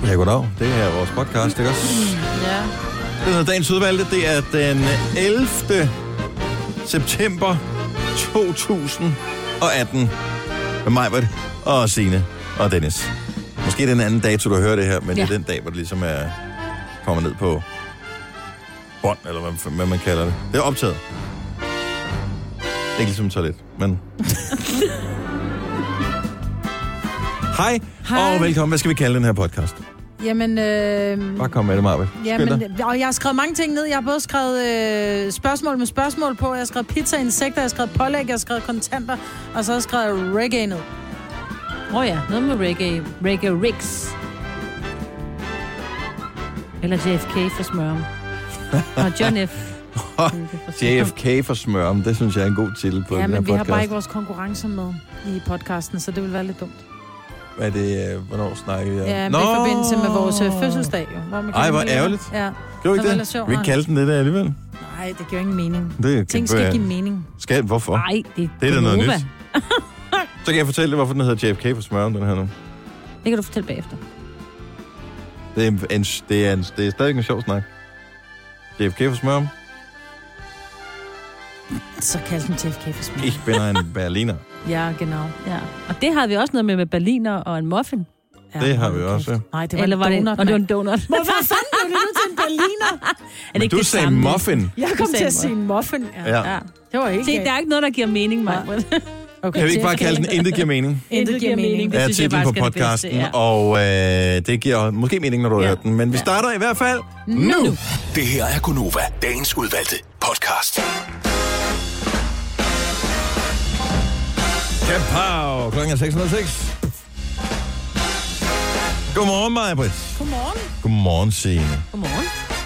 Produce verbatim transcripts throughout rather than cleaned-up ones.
Ja, goddag. Det er vores podcast, ikke også? Ja. Det hedder Dagens Udvalgte. Det er den ellevte september to tusind og atten. Med mig, og Signe og Dennis. Måske den anden dato, du hører det her, men ja. Det er den dag, hvor det ligesom er kommer ned på bånd, eller hvad, hvad man kalder det. Det er optaget. Ikke ligesom toilet, men... Hej, Hej, og velkommen. Hvad skal vi kalde den her podcast? Jamen... Øh... Bare kom med det, Marve. Jamen, og jeg har skrevet mange ting ned. Jeg har både skrevet øh, spørgsmål med spørgsmål på. Jeg har skrevet pizza, insekter, jeg har skrevet pålæg, jeg har skrevet kontanter, og så har jeg skrevet reggae ned. Åh oh ja, noget med reggae. Reggae Rigs. Eller J F K for smørum. Og John F. J F K for smørum, det synes jeg er en god titel på ja, den her podcast. Ja, men vi har bare ikke vores konkurrencer med i podcasten, så det vil være lidt dumt. Hvad er det? Øh, hvornår snakker vi om? Ja, men i forbindelse med vores øh, fødselsdag, jo. Hvor man Ej, hvor ærgerligt. Ja. Gjorde ikke det? Vi kalde den det der alligevel? Nej, det giver ingen mening. Det Ting skal give mening. Skal, hvorfor? Nej, det, det er da noget nyt. Så kan jeg fortælle dig, hvorfor den hedder J F K for smørum, den her nu. Det kan du fortælle bagefter. Det er, en, det er, en, det er stadig en sjov snak. J F K for smørum. Så kaldte den J F K for smørum. Ich bin ein Berliner. Ja, genau. Ja. Og det havde vi også noget med med berliner og en muffin. Ja, det har vi også, ja. Nej, det var Eller en donut. Det, og det var en donut. Hvorfor fanden blev det nu til en berliner? Er det ikke du det sagde samme? muffin. Jeg kom til at sige muffin. Ja. Ja. Ja. Det var ikke Se, der er ikke noget, der giver mening, mig. Okay. Kan vi ikke bare kalde den Intet giver mening? Intet giver mening. Det er titlen på podcasten, bedste, ja. Og øh, det giver måske mening, når du har ja. hørt den. Men vi starter i hvert fald nu. nu. Det her er Gonova, dagens udvalgte podcast. Kapow! Klokken er seks nul seks. Godmorgen, Maja-Britt. Godmorgen. Godmorgen, Signe. Godmorgen.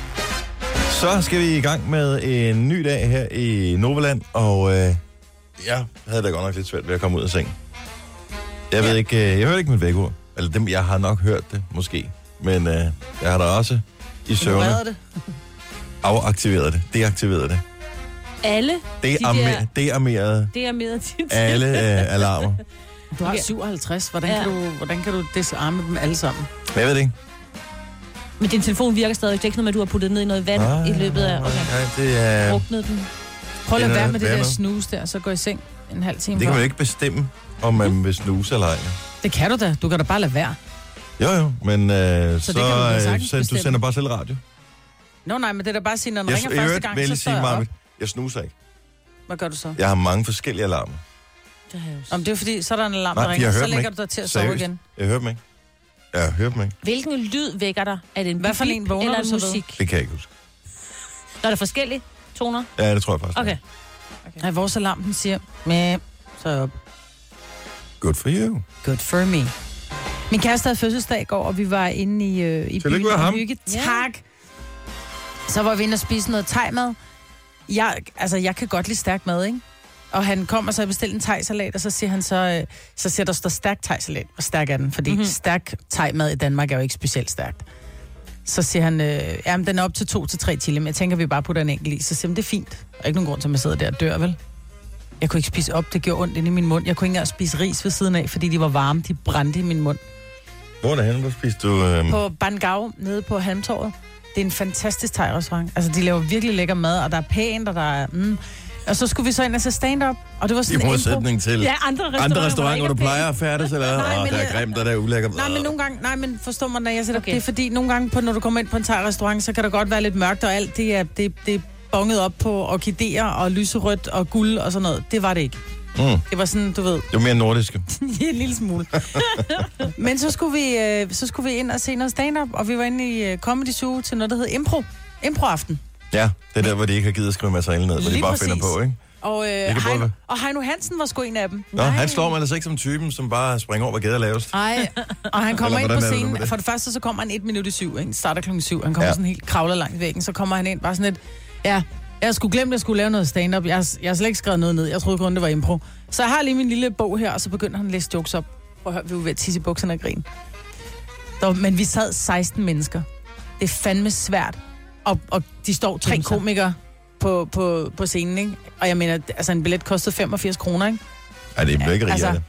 Så skal vi i gang med en ny dag her i Novaland, og øh, jeg havde da godt nok lidt svært ved at komme ud af seng. Jeg ved ja. ikke, jeg hørte ikke mit vækkeur. Eller dem, jeg har nok hørt det, måske. Men øh, jeg har da også i søvne det. afaktiveret det, deaktiveret det. Alle det de der... Dearmeret Dearmeret alle øh, alarmer. Du har syvoghalvtreds. Hvordan, ja. kan du, hvordan kan du desarme dem alle sammen? Men jeg ved det ikke. Men din telefon virker stadig. Det er ikke noget med, at du har puttet ned i noget vand ah, i løbet af... Okay. Nej, det er... Druknet den. Prøv at lade være med det der snus der, så gå i seng en halv time. Det kan man ikke bestemme, om man vil snuse eller ej. Det kan du da. Du kan da bare lade være. Jo, jo, men øh, så, så, øh, så du sender bare selv radio. Nå nej, men det er da bare at sige, når den jeg, ringer jeg første gang, så står jeg op. Jeg snuser ikke. Hvad gør du så? Jeg har mange forskellige alarmer. Det har jeg også. Om det er fordi, så er der en alarm, der nej, ringer, så lægger du dig til at sove seriøst. igen. Jeg hører dem ikke. Jeg hører dem ikke. Hvilken lyd vækker dig? Er det en Hvad for en vågner eller du så musik? Det kan jeg ikke huske. Når der er forskellige toner? Ja, det tror jeg faktisk. Okay. okay. Nej, vores alarm, den siger, meh, så op. Good for you. Good for me. Min kæreste havde fødselsdag i går, og vi var inde i, øh, i byen og hygge. Tak. Så var vi inde og spise noget thai-mad. Jeg, altså, jeg kan godt lide stærk mad, ikke? Og han kommer så og bestiller en thai-salat, og så siger han så, øh, så siger der står stærk thai-salat, og stærk er den, fordi mm-hmm. stærk thai-mad i Danmark er jo ikke specielt stærkt. Så siger han, øh, jamen den er op til to til tre chili, men jeg tænker, vi bare putter en enkelt i. Så siger han, det er fint. Der er ikke nogen grund til, at man sidder der og dør, vel? Jeg kunne ikke spise op, det gjorde ondt inde i min mund. Jeg kunne ikke engang spise ris ved siden af, fordi de var varme, de brændte i min mund. Hvor er det henne, hvor spiste du? Øh... På Bangau, nede på Halmtorvet. Det er en fantastisk thai-restaurant. Altså, de laver virkelig lækker mad, og der er pænt, og der er... Mm. Og så skulle vi så ind og se stand-up, og det var sådan en modsætning til ja, andre restauranter, andre restauranter hvor du plejer at færdes, eller nej, oh, der er grimt, der er ulækkert. Nej, men nogle gange, nej, men forstår man, når jeg sætter okay. Det er fordi, nogle gange, på, når du kommer ind på en thai-restaurant, så kan der godt være lidt mørkt, og alt det er, det, det er bonget op på orkideer og lyserødt og guld og sådan noget. Det var det ikke. Mm. Det var sådan, du ved... Det var mere nordiske. Ja, en lille smule. Men så skulle, vi, øh, så skulle vi ind og se noget stand-up, og vi var inde i uh, Comedy Zoo til noget, der hed Impro. Impro-aften. Ja, det er der, hvor de ikke har givet at skrive materiale ned, hvor lige de bare præcis. finder på, ikke? Og, øh, Heino, og Heino Hansen var sgu en af dem. Nå, han slår mig altså ikke som typen, som bare springer over, hvad gader lavest. Nej, og han kommer Eller, ind på scenen. Det? For det første, så kommer han et minut i syv, ikke? Starter klokken syv. Han kommer ja. sådan helt kravler langt væggen. Så kommer han ind bare sådan lidt, ja, jeg skulle glemme, at jeg skulle lave noget stand-up. Jeg, jeg har slet ikke skrevet noget ned. Jeg troede kun, det var impro. Så jeg har lige min lille bog her, og så begynder han at læse jokes op. Prøv at høre, vi var ved at tisse i bukserne og grine. Der, men vi sad seksten mennesker. Det er fandme svært. Og, og de står tre komikere på, på, på scenen, ikke? Og jeg mener, altså en billet kostede femogfirs kroner, ikke? Ej, det er ikke ja, altså,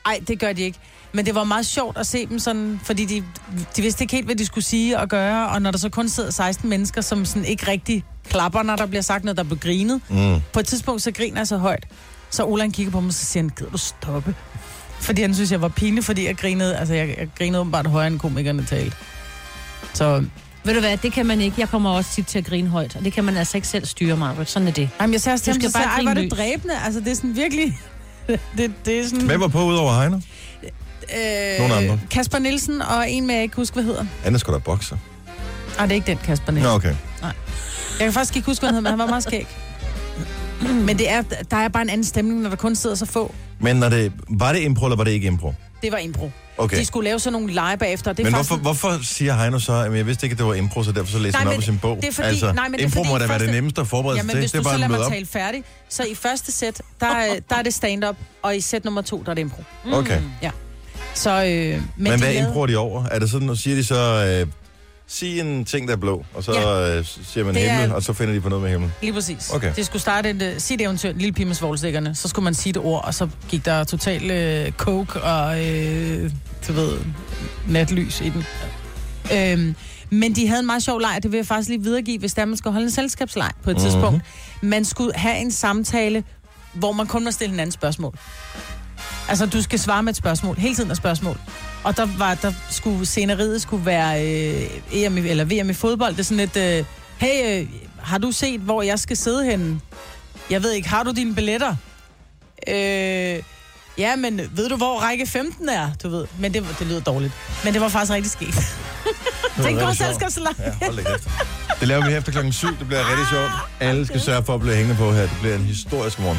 Nej, det gør de ikke. Men det var meget sjovt at se dem sådan, fordi de, de vidste ikke helt, hvad de skulle sige og gøre, og når der så kun sidder seksten mennesker, som sådan ikke rigtig klapper, når der bliver sagt noget, der bliver grinet. Mm. På et tidspunkt, så griner jeg så højt. Så Ola han kigger på mig, og så siger han, gider du stoppe? Fordi han synes, jeg var pinlig, fordi jeg grinede, altså jeg, jeg grinede åbenbart højere, end komikerne talte. Så... Ved du hvad, det kan man ikke. Jeg kommer også tit til at grine højt, og det kan man altså ikke selv styre, Marvitt. Sådan er det. Jamen, jeg sagde også til ham, så sagde, ej, var det dræbende? Altså, det er sådan virkelig... det, det er sådan... Hvem var på udover Heino? Øh, Nogle andre. Kasper Nielsen og en med, jeg ikke huske, hvad hedder. Han er sgu da bokser. Nej, det er ikke den Kasper Nielsen. Nå, okay. Nej. Jeg kan faktisk ikke huske, hvad han hedder, men han var meget skæg. Men det er, der er bare en anden stemning, når der kun sidder så få. Men når det, var det impro, eller var det ikke impro? Det var impro. Okay. De skulle lave sådan nogle lege bagefter. Det men faktisk... hvorfor, hvorfor siger Heino så, at jeg vidste ikke, at det var impro, så derfor så læser han op i sin bog? Det er fordi, altså, nej, men det er impro fordi må da første... være det nemmeste at forberede sig ja, til. Hvis det er du bare så lader mig op. tale færdig, så i første sæt, der, der er det stand-up, og i sæt nummer to, der er det impro. Mm. Okay. Ja. Så, øh, men men hvad lavede... improer de over? Er det sådan, nu siger de så... Øh, sig en ting, der er blå, og så ja. øh, siger man himmel, er... og så finder de på noget med himmel. Lige præcis. Okay. Det skulle starte et, uh, sig et eventyr, en lille pige med svovlstikkerne, så skulle man sige det ord, og så gik der total øh, coke og, øh, du ved, natlys i den. Øhm, men de havde en meget sjov leg, det vil jeg faktisk lige videregive, hvis der man skal holde en selskabsleg på et mm-hmm. tidspunkt. Man skulle have en samtale, hvor man kun må stille en anden spørgsmål. Altså, du skal svare med et spørgsmål. Hele tiden er spørgsmål. Og der var, der skulle, sceneriet skulle være øh, E M eller V M i fodbold. Det er sådan et, øh, hey, øh, har du set, hvor jeg skal sidde henne? Jeg ved ikke, har du dine billetter? Øh, ja, men ved du, hvor række femten er? Du ved, men det, det lyder dårligt. Men det var faktisk rigtig sket. Tænk på selskabsleg. Ja, hold det kæft. Det laver vi her efter klokken syv. Det bliver rigtig sjovt. Alle skal sørge for at blive hængende på her. Det bliver en historisk morgen.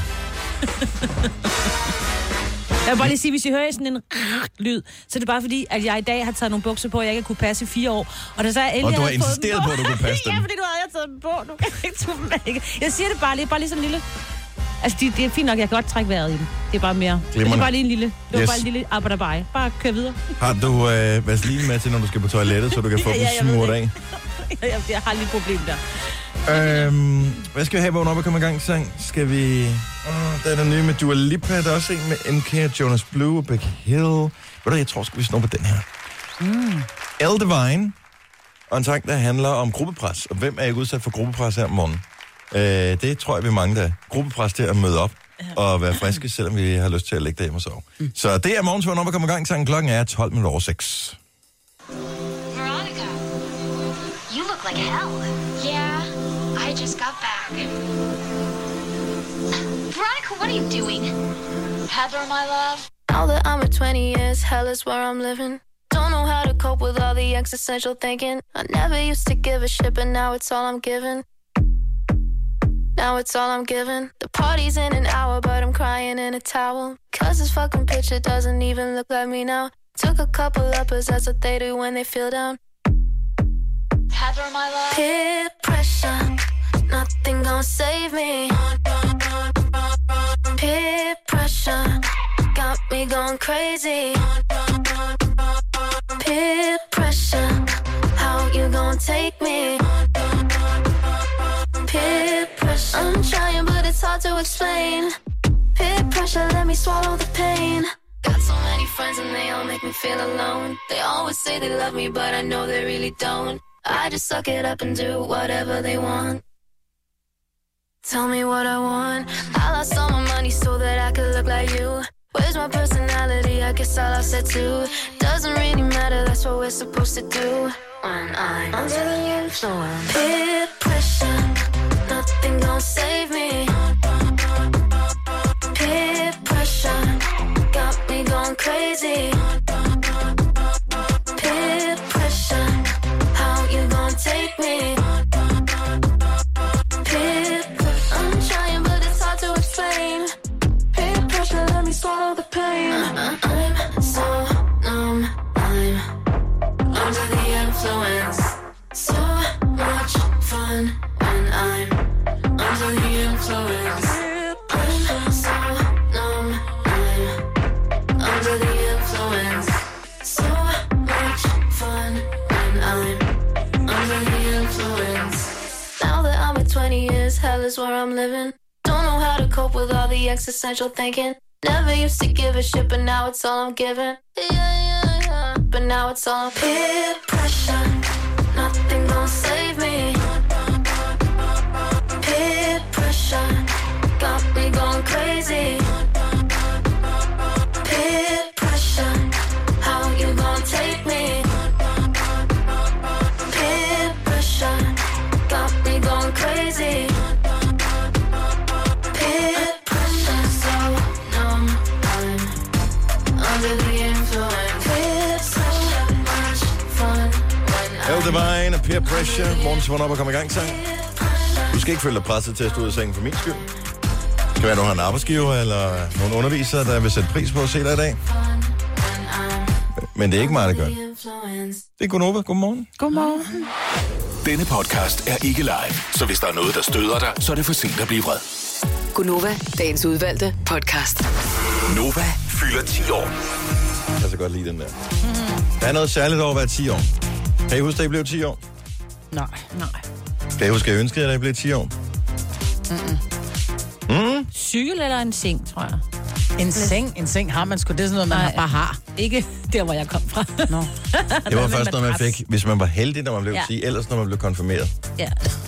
Jeg vil bare lige sige, hvis I hører sådan en lyd, så er det bare fordi, at jeg i dag har taget nogle bukser på, og jeg ikke kunne passe i fire år. Og, der så er og du har insisteret på, at du kunne passe dem. Ja, fordi du havde taget dem på. Du kan ikke tage dem væk. Jeg siger det bare lige, bare lige sådan en lille... Altså, det, det er fint nok, jeg kan godt trække vejret i den. Det er bare mere... Det er bare lige en lille... Det var yes. bare en lille arbejderbej. Bare kør videre. Har du øh, vaseline med til, når du skal på toilettet, så du kan få ja, dem smurt af? jeg, jeg har lige et problem der. Øhm, hvad skal vi have, vågen op og komme i gang sang? Skal vi... Oh, der er den nye med Dua Lipa, der er også en med M K, Jonas Blue og Beck Hill. Ved du, jeg tror, skal vi snuppe den her. Mm. Elle Devine, og en sang, der handler om gruppepres. Og hvem er ikke udsat for gruppepres her om morgenen? Øh, det tror jeg, vi er mange, der er gruppepres til at møde op og være friske, selvom vi har lyst til at lægge derhjemme og sove. Mm. Så det er morgens vågen op og komme i gang. Sangen klokken er tolv minutter over seks. Veronica, you look like hell. Yeah, I just got back. Veronica, what are you doing? Heather, my love. Now that I'm at twenty years, hell is where I'm living. Don't know how to cope with all the existential thinking. I never used to give a shit, but now it's all I'm giving. Now it's all I'm giving. The party's in an hour, but I'm crying in a towel. Cause this fucking picture doesn't even look like me now. Took a couple uppers, that's what they do when they feel down. Heather, my love. Peer pressure, nothing gon' save me. Peer pressure, got me going crazy. Peer pressure, how you gon' take me? Peer pressure, I'm trying but it's hard to explain. Peer pressure, let me swallow the pain. Got so many friends and they all make me feel alone. They always say they love me but I know they really don't. I just suck it up and do whatever they want. Tell me what I want. I lost all my money so that I could look like you. Where's my personality? I guess I lost it too. Doesn't really matter, that's what we're supposed to do. When I'm under the influence. Peer pressure, nothing gon' save me. Peer pressure, got me going crazy. Peer pressure, how you gon' take me? Peer pressure, I'm trying but it's hard to explain. Peer pressure, let me swallow the pain. uh, I'm so numb, I'm under the influence. So much fun when I'm under the influence. I'm so numb, I'm under the influence. So much fun when I'm under the influence. Now that I'm at twenty years, hell is where I'm living. Don't know how to cope with all the existential thinking. Never used to give a shit, but now it's all I'm giving. Yeah, yeah, yeah. But now it's all peer pressure. Nothing gon' save me. Peer pressure got me going crazy. Peer pressure, how you gon' take me? Peer pressure got me going crazy. Peer pressure, so numb, I'm under the influence. Peer pressure, much fun when El Divine og Peer Pressure. Morgens vågn op og komme i gang, sang. Du skal ikke føle dig presset til at stå ud af sengen for min skyld. Det kan være, du har en arbejdsgiver eller nogle undervisere, der vil sætte pris på at se dig i dag. Men det er ikke mig, der gør det. Det er Gunova. Godmorgen. Godmorgen. Denne podcast er ikke live, så hvis der er noget, der støder dig, så er det for sent at blive vred. Gunova, dagens udvalgte podcast. Nova fylder ti år. Jeg kan så godt lide den der. Mm. Der er noget særligt over at være ti år. Kan I huske, at I blev ti år? Nej, nej. Kan I huske, at I ønskede, at I blev ti år? Mm-mm. Mm? Cykel eller en seng, tror jeg. En seng, en seng har man sgu. Det er sådan noget, man Nej. bare har. Ikke der, hvor jeg kom fra. Nå. Det var først noget, man fik, hvis man var heldig, når man blev Ja. ti, ellers når man blev konfirmeret. Ja.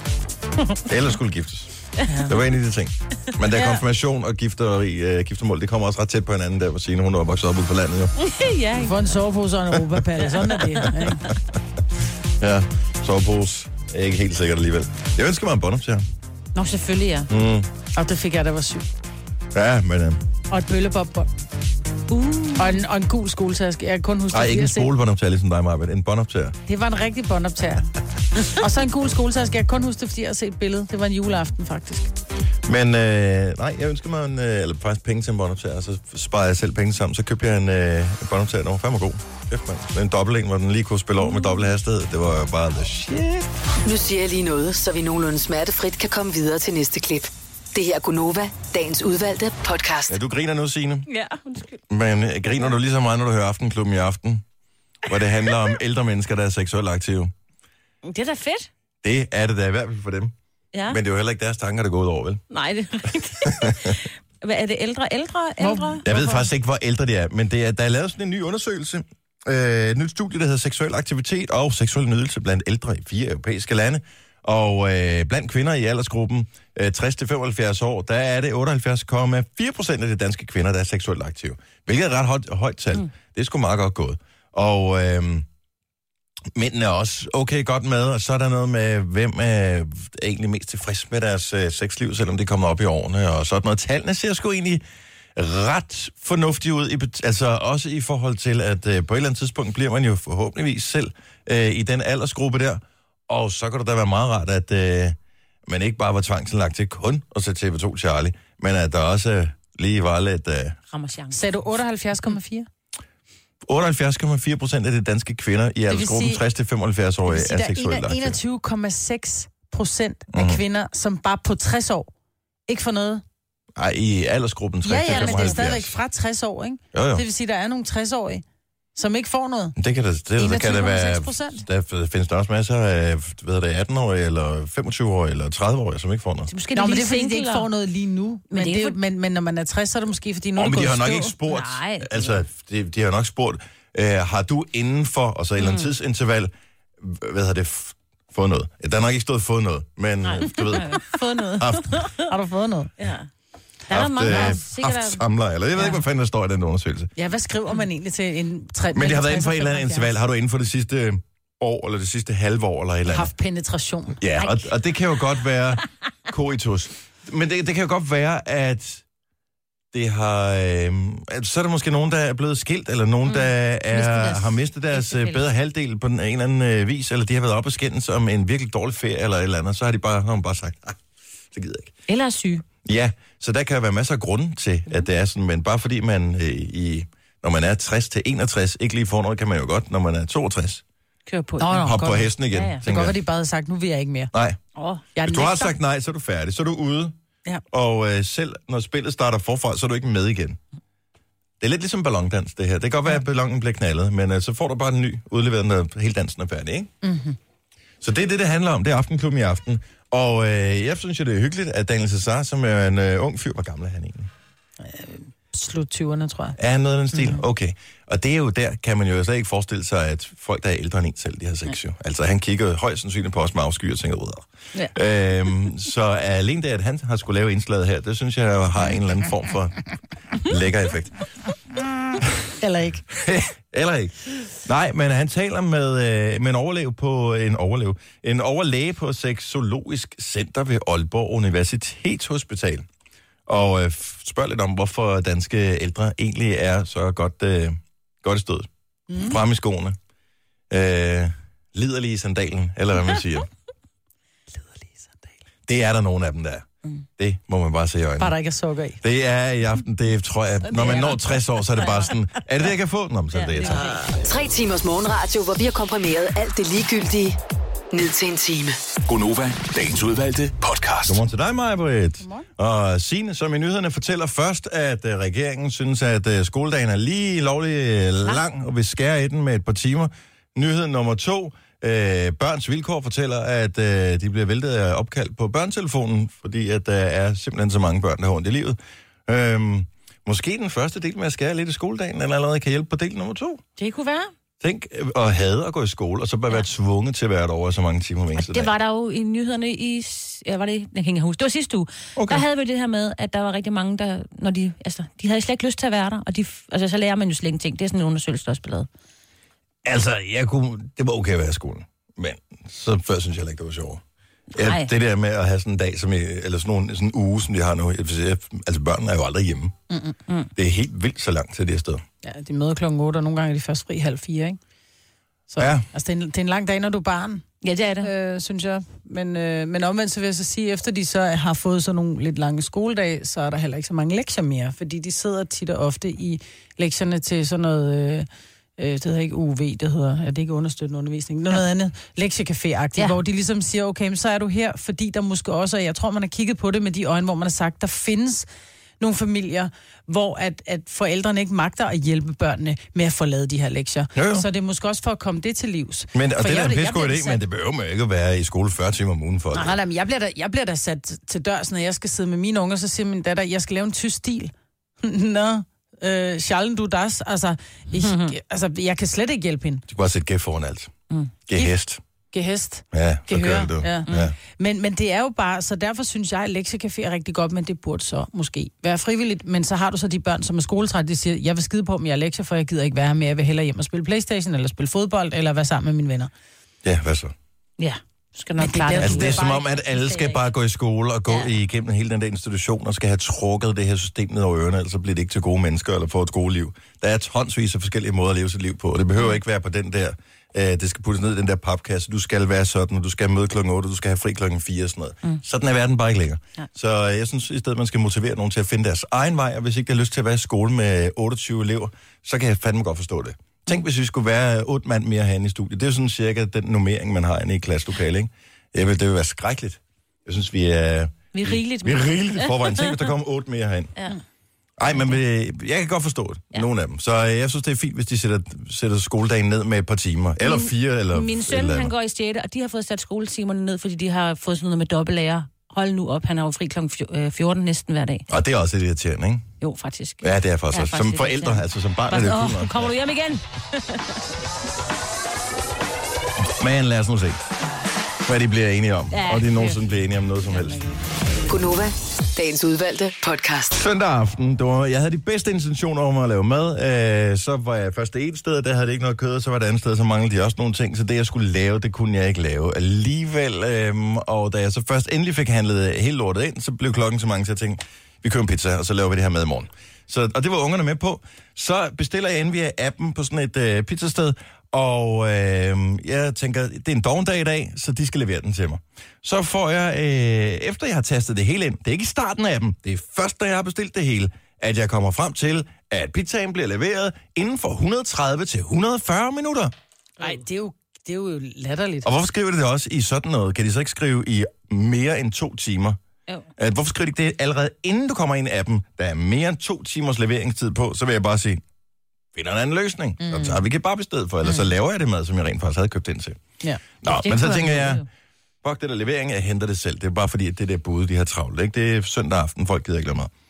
Ellers skulle giftes. Ja. Det var en af de ting. Men der Ja. konfirmation og gifteri, uh, giftermål, det kommer også ret tæt på hinanden, der hvor Signe, hun var vokset op ude på landet jo. Ja, Du får en sovepose og en europapalle. Sådan er det. Ikke? Ja, sovepose. Jeg er ikke helt sikkert alligevel. Jeg ønsker mig en båndoptager. Nå, selvfølgelig, ja. Mm. Og det fik jeg, der var syg. Ja, men... Uh... Og et bøllebop-bånd. Uh. Og en, og en gul skoletaske. Jeg kan kun huske Ej, det ikke en fire sæt. spolebåndoptager ligesom dig, Marvind. En båndoptager. Det var en rigtig båndoptager. Og så en gul skoletaske. Jeg kan kun huske det, fordi jeg har set et billede. Det var en juleaften, faktisk. Men øh, nej, jeg ønsker mig en, øh, eller faktisk penge til en båndoptager, og så sparer jeg selv penge sammen. Så købte jeg en, øh, en båndoptager, der var fandme god. Kæft, mand. En dobbelt en, hvor den lige kunne spille over med dobbelt hastighed. Det var jo bare the shit. Nu siger jeg lige noget, så vi nogenlunde smertefrit kan komme videre til næste klip. Det her er Gunova, dagens udvalgte podcast. Ja, du griner nu, Signe. Ja, undskyld. Men øh, griner du lige så meget, når du hører Aftenklubben i aften? Hvor det handler om ældre mennesker, der er seksuelt aktive. Det er da fedt. Det er det da i hvert fald for dem. Ja. Men det er jo heller ikke deres tanker, der går ud over, vel? Nej, det er rigtigt. Hvad er det? Ældre, ældre, ældre? Jeg ved faktisk ikke, hvor ældre de er, men det er, der er lavet sådan en ny undersøgelse. Øh, et nyt studie, der hedder seksuel aktivitet og seksuel nydelse blandt ældre i fire europæiske lande. Og øh, blandt kvinder i aldersgruppen øh, tres til femoghalvfjerds år, der er det otteoghalvfjerds komma fire procent af de danske kvinder, der er seksuelt aktive. Hvilket er et ret højt, højt tal. Mm. Det er sgu meget godt gået. Og øh, mændene er også okay godt med, og så er der noget med, hvem er egentlig mest tilfreds med deres øh, sexliv, selvom det kommer op i årene, og sådan noget. Tallene ser sgu egentlig ret fornuftige ud, i, altså også i forhold til, at øh, på et eller andet tidspunkt bliver man jo forhåbentligvis selv øh, i den aldersgruppe der, og så kan det da være meget rart, at øh, man ikke bare var tvangsindlagt til kun at se T V to Charlie, men at der også øh, lige var lidt... Øh, Rammerchance. Sagde du otteoghalvfjerds komma fire? otteoghalvfjerds komma fire procent af de danske kvinder i aldersgruppen sige- tres til femoghalvfjerds år er Der seksuelt er aktive. enogtyve komma seks procent af kvinder, som bare på tres år ikke får noget. Ej, i aldersgruppen tres Ja, til ja, men det er femoghalvfjerds. stadigvæk fra tres år, ikke? Jo, jo. Det vil sige, der er nogle tres-årige, som ikke får noget. Det kan det, det, det kan det være. enogtyve komma seks procent. Der findes der også masser af, hvad er det, atten-årige, eller femogtyve-årige, eller tredive-årige, som ikke får noget. Måske Nå, er men det det er fordi, de single, ikke får noget lige nu. Men, det men, er det, for- men, men når man er tres, så er det måske, fordi nu Åh, er men det de har gået nok i ikke stå. spurgt. Nej. Altså, de, de har nok spurgt, øh, har du inden for, og så et eller andet tidsinterval, hvad hedder det, f- fået noget? Der er nok ikke stået fået noget, men Nej. du ved, Fået noget. haft, Har du fået noget? Ja. Der er haft, mange, der øh, er sikkert... haft samler, eller jeg ved Ja. ikke, hvad fanden der står i den undersøgelse. Ja, hvad skriver man egentlig til en tre? Men det har været inden for et tres og eller andet femoghalvfjerds? interval. Har du inden for det sidste år, eller det sidste halve år, eller et eller andet? Haft penetration. Ja, og, og det kan jo godt være coitus. Men det, det kan jo godt være, at det har... Øh, at så er der måske nogen, der er blevet skilt, eller nogen, mm. der er, Mistet deres har mistet deres øh, ægtefælle. bedre halvdel på den en eller anden øh, vis, eller de har været op og skændes om en virkelig dårlig ferie, eller et eller andet, så har de bare, har man bare sagt, nej, det gider jeg ikke. Eller er syg. Ja, så der kan være masser af grunde til, at det er sådan, men bare fordi man øh, i... Når man er tres til enogtres, ikke lige får noget, kan man jo godt, når man er toogtres, Kør på. Nå, nå, hoppe på godt. hesten igen. Ja, ja. Det kan godt være, de bare havde sagt, nu vil jeg ikke mere. Nej, Åh, Jeg hvis du har nægter. sagt nej, så er du færdig, så er du ude. Ja. Og øh, selv når spillet starter forfra, så er du ikke med igen. Det er lidt ligesom ballondans, det her. Det kan godt være, at ballonen bliver knaldet, men øh, så får du bare en ny udleveret, når hele dansen er færdig, ikke? Mm-hmm. Så det er det, det handler om. Det er Aftenklubben i aften. Og øh, jeg synes jo, det er hyggeligt, at Daniel Cesar, som er en øh, ung fyr, hvor gammel er han egentlig? slut tyverne, tror jeg. Er noget af den stil? Mm. Okay. Og det er jo der, kan man jo slet ikke forestille sig, at folk, der er ældre end en selv, de har sex jo. Altså, han kigger jo højst sandsynligt på os med afsky og tænker, ud ja. øhm, Så alene det, at han har skulle lave indslaget her, det synes jeg har en eller anden form for lækker effekt. Eller ikke. Eller ikke. Nej, men han taler med, øh, med en overlæge på en overlæge, en overlæge på Sexologisk Center ved Aalborg Universitetshospital. Og øh, spørger lidt om, hvorfor danske ældre egentlig er så godt, øh, godt i stødet. Mm. Frem i skoene. Øh, liderlige i sandalen, eller hvad man siger. Liderlige i sandalen. Det er der nogle af dem, der er. Mm. Det må man bare se i øjnene. Bare der ikke er sukker i. Det er i aften, det tror jeg, når man når tres år, så er det bare sådan, er det det, jeg kan få? Nå, så er det, jeg tager. Tre timers morgenradio, hvor vi har komprimeret alt det ligegyldige ned til en time. Gonova, dagens udvalgte podcast. Godmorgen til dig, Maja-Britt. Og Signe, som i nyhederne fortæller først, at uh, regeringen synes, at uh, skoledagen er lige lovlig lang, og vil skære i den med et par timer. Nyhed nummer to. Uh, Børns Vilkår fortæller, at uh, de bliver væltet af opkald på børnetelefonen, fordi at der uh, er simpelthen så mange børn, der har ondt i livet. Uh, måske den første del med at skære lidt i skoledagen, eller allerede kan hjælpe på del nummer to. Det kunne være. Tænk at hade at gå i skole, og så bare ja. være tvunget til at være over så mange timer hver eneste dag. Det var der jo i nyhederne i... Ja, var det? Jeg kan ikke huske. Det var sidste uge. Okay. Der havde vi det her med, at der var rigtig mange, der... Når de, altså, de havde slet ikke lyst til at være der, og de, altså, så lærer man jo slet ingenting. Det er sådan en undersøgelse, der også blev lavet. Altså, jeg kunne, det var okay at være i skolen, men så før synes jeg heller ikke, det var sjovt. Ja, det der med at have sådan en dag, som I, eller sådan, nogle, sådan en uge, som de har nu, altså børnene er jo aldrig hjemme. Mm-mm. Mm. Det er helt vildt så langt til det sted. Ja, de møder klokken otte, og nogle gange er de først fri halv fire, ikke? Så, ja. Altså, det er, en, det er en lang dag, når du er barn. Ja, det er det. Øh, synes jeg. Men, øh, men omvendt så vil jeg så sige, efter de så har fået sådan nogle lidt lange skoledage, så er der heller ikke så mange lektier mere, fordi de sidder tit og ofte i lektierne til sådan noget... Øh, det hedder ikke U V, det hedder, er det ikke understøttende undervisning, noget, ja. noget andet, lektiecafé-agtigt, ja. Hvor de ligesom siger, okay, men så er du her, fordi der måske også, jeg tror, man har kigget på det med de øjne, hvor man har sagt, der findes nogle familier, hvor at, at forældrene ikke magter at hjælpe børnene med at få lavet de her lektier. Jo, jo. Så det er måske også for at komme det til livs. Men, og for det er en pissegod idé, men det behøver man ikke at være i skole fyrre timer om ugen for. Nej, nej, nej, men jeg bliver, da, jeg bliver da sat til dørs, når jeg skal sidde med mine unger, så siger min datter, jeg skal lave en tysk stil. Nå, øh, Charlen, du das, altså, jeg, mm-hmm. altså, jeg kan slet ikke hjælpe hende. Du kan bare sætte G foran alt. Mm. G-hest. G-hest. Ja, så gør du. Ja. Ja. Men, men det er jo bare, så derfor synes jeg, at lektiecafé er rigtig godt, men det burde så måske være frivilligt. Men så har du så de børn, som er skoletrætte, de siger, jeg vil skide på, om jeg er lektier, for jeg gider ikke være her mere. Jeg vil hellere hjem og spille PlayStation, eller spille fodbold, eller være sammen med mine venner. Ja, hvad så? Ja. Skal nok klare det. Altså, det er som om, at alle skal bare gå i skole og gå ja. igennem hele den der institution og skal have trukket det her system ned over ørerne, ellers så bliver det ikke til gode mennesker eller får et gode liv. Der er tonsvis af forskellige måder at leve sit liv på, og det behøver ikke være på den der, øh, det skal puttes ned i den der papkasse, du skal være sådan, og du skal møde klokken otte, og du skal have fri klokken fire og sådan noget. Mm. Sådan er verden bare ikke længere. Ja. Så øh, jeg synes i stedet, man skal motivere nogen til at finde deres egen vej, og hvis ikke der har lyst til at være i skole med otteogtyve elever, så kan jeg fandme godt forstå det. Tænk, hvis vi skulle være otte mand mere herinde i studiet. Det er jo sådan cirka den nummering, man har inde i klasselokalet, ikke? Jeg vil, det vil være skrækkeligt. Jeg synes, vi er... Vi er rigeligt. Vi er rigeligt forvejen. Tænk, hvis der kommer otte mere herind. Ja. Ej, men vi, jeg kan godt forstå det. Ja. Nogle af dem. Så jeg synes, det er fint, hvis de sætter, sætter skoledagen ned med et par timer. Eller min, fire, eller... Min søn, eller han går i sjette, og de har fået sat skoletimerne ned, fordi de har fået sådan noget med dobbeltlærer. Hold nu op, han har jo fri klokken fjorten næsten hver dag. Og det er også lidt irriterende, ikke? Jo, faktisk. Ja, det er faktisk, ja, faktisk som forældre, altså som barn er det cool nok. Kommer du hjem igen? Men lad os nu se, hvad de bliver enige om. Ja, og de nogensinde bliver enige om noget som helst. Gonova, dagens udvalgte podcast. Søndag aften, det var, jeg havde de bedste intentioner om at lave mad. Øh, så var jeg først det ene sted, der havde det ikke noget kød, og så var det andet sted, så manglede de også nogle ting. Så det, jeg skulle lave, det kunne jeg ikke lave alligevel. Øh, og da jeg så først endelig fik handlet helt lortet ind, så blev klokken så mange, så jeg tænkte, vi køber en pizza, og så laver vi det her mad i morgen. Så, og det var ungerne med på. Så bestiller jeg ind via appen på sådan et øh, pizzasted, og øh, jeg tænker, det er en dovendag i dag, så de skal levere den til mig. Så får jeg, øh, efter jeg har tastet det hele ind, det er ikke i starten af appen, det er først, da jeg har bestilt det hele, at jeg kommer frem til, at pizzaen bliver leveret inden for et hundrede og tredive til et hundrede og fyrre minutter. Nej, det er jo det er jo latterligt. Og hvorfor skriver de det også i sådan noget? Kan de så ikke skrive i mere end to timer? Jo. At, hvorfor skriver de ikke det allerede inden du kommer ind i appen? Der er mere end to timers leveringstid på, så vil jeg bare sige, finder en anden løsning. Mm. Så tager vi kebab i stedet for, eller mm. så laver jeg det mad, som jeg rent faktisk havde købt ind til. Ja. Nå, det men så tænker jeg, fuck det der levering, jeg henter det selv. Det er bare fordi, at det der bude, de har travlt. Ikke? Det er søndag aften, folk gider ikke lade mad.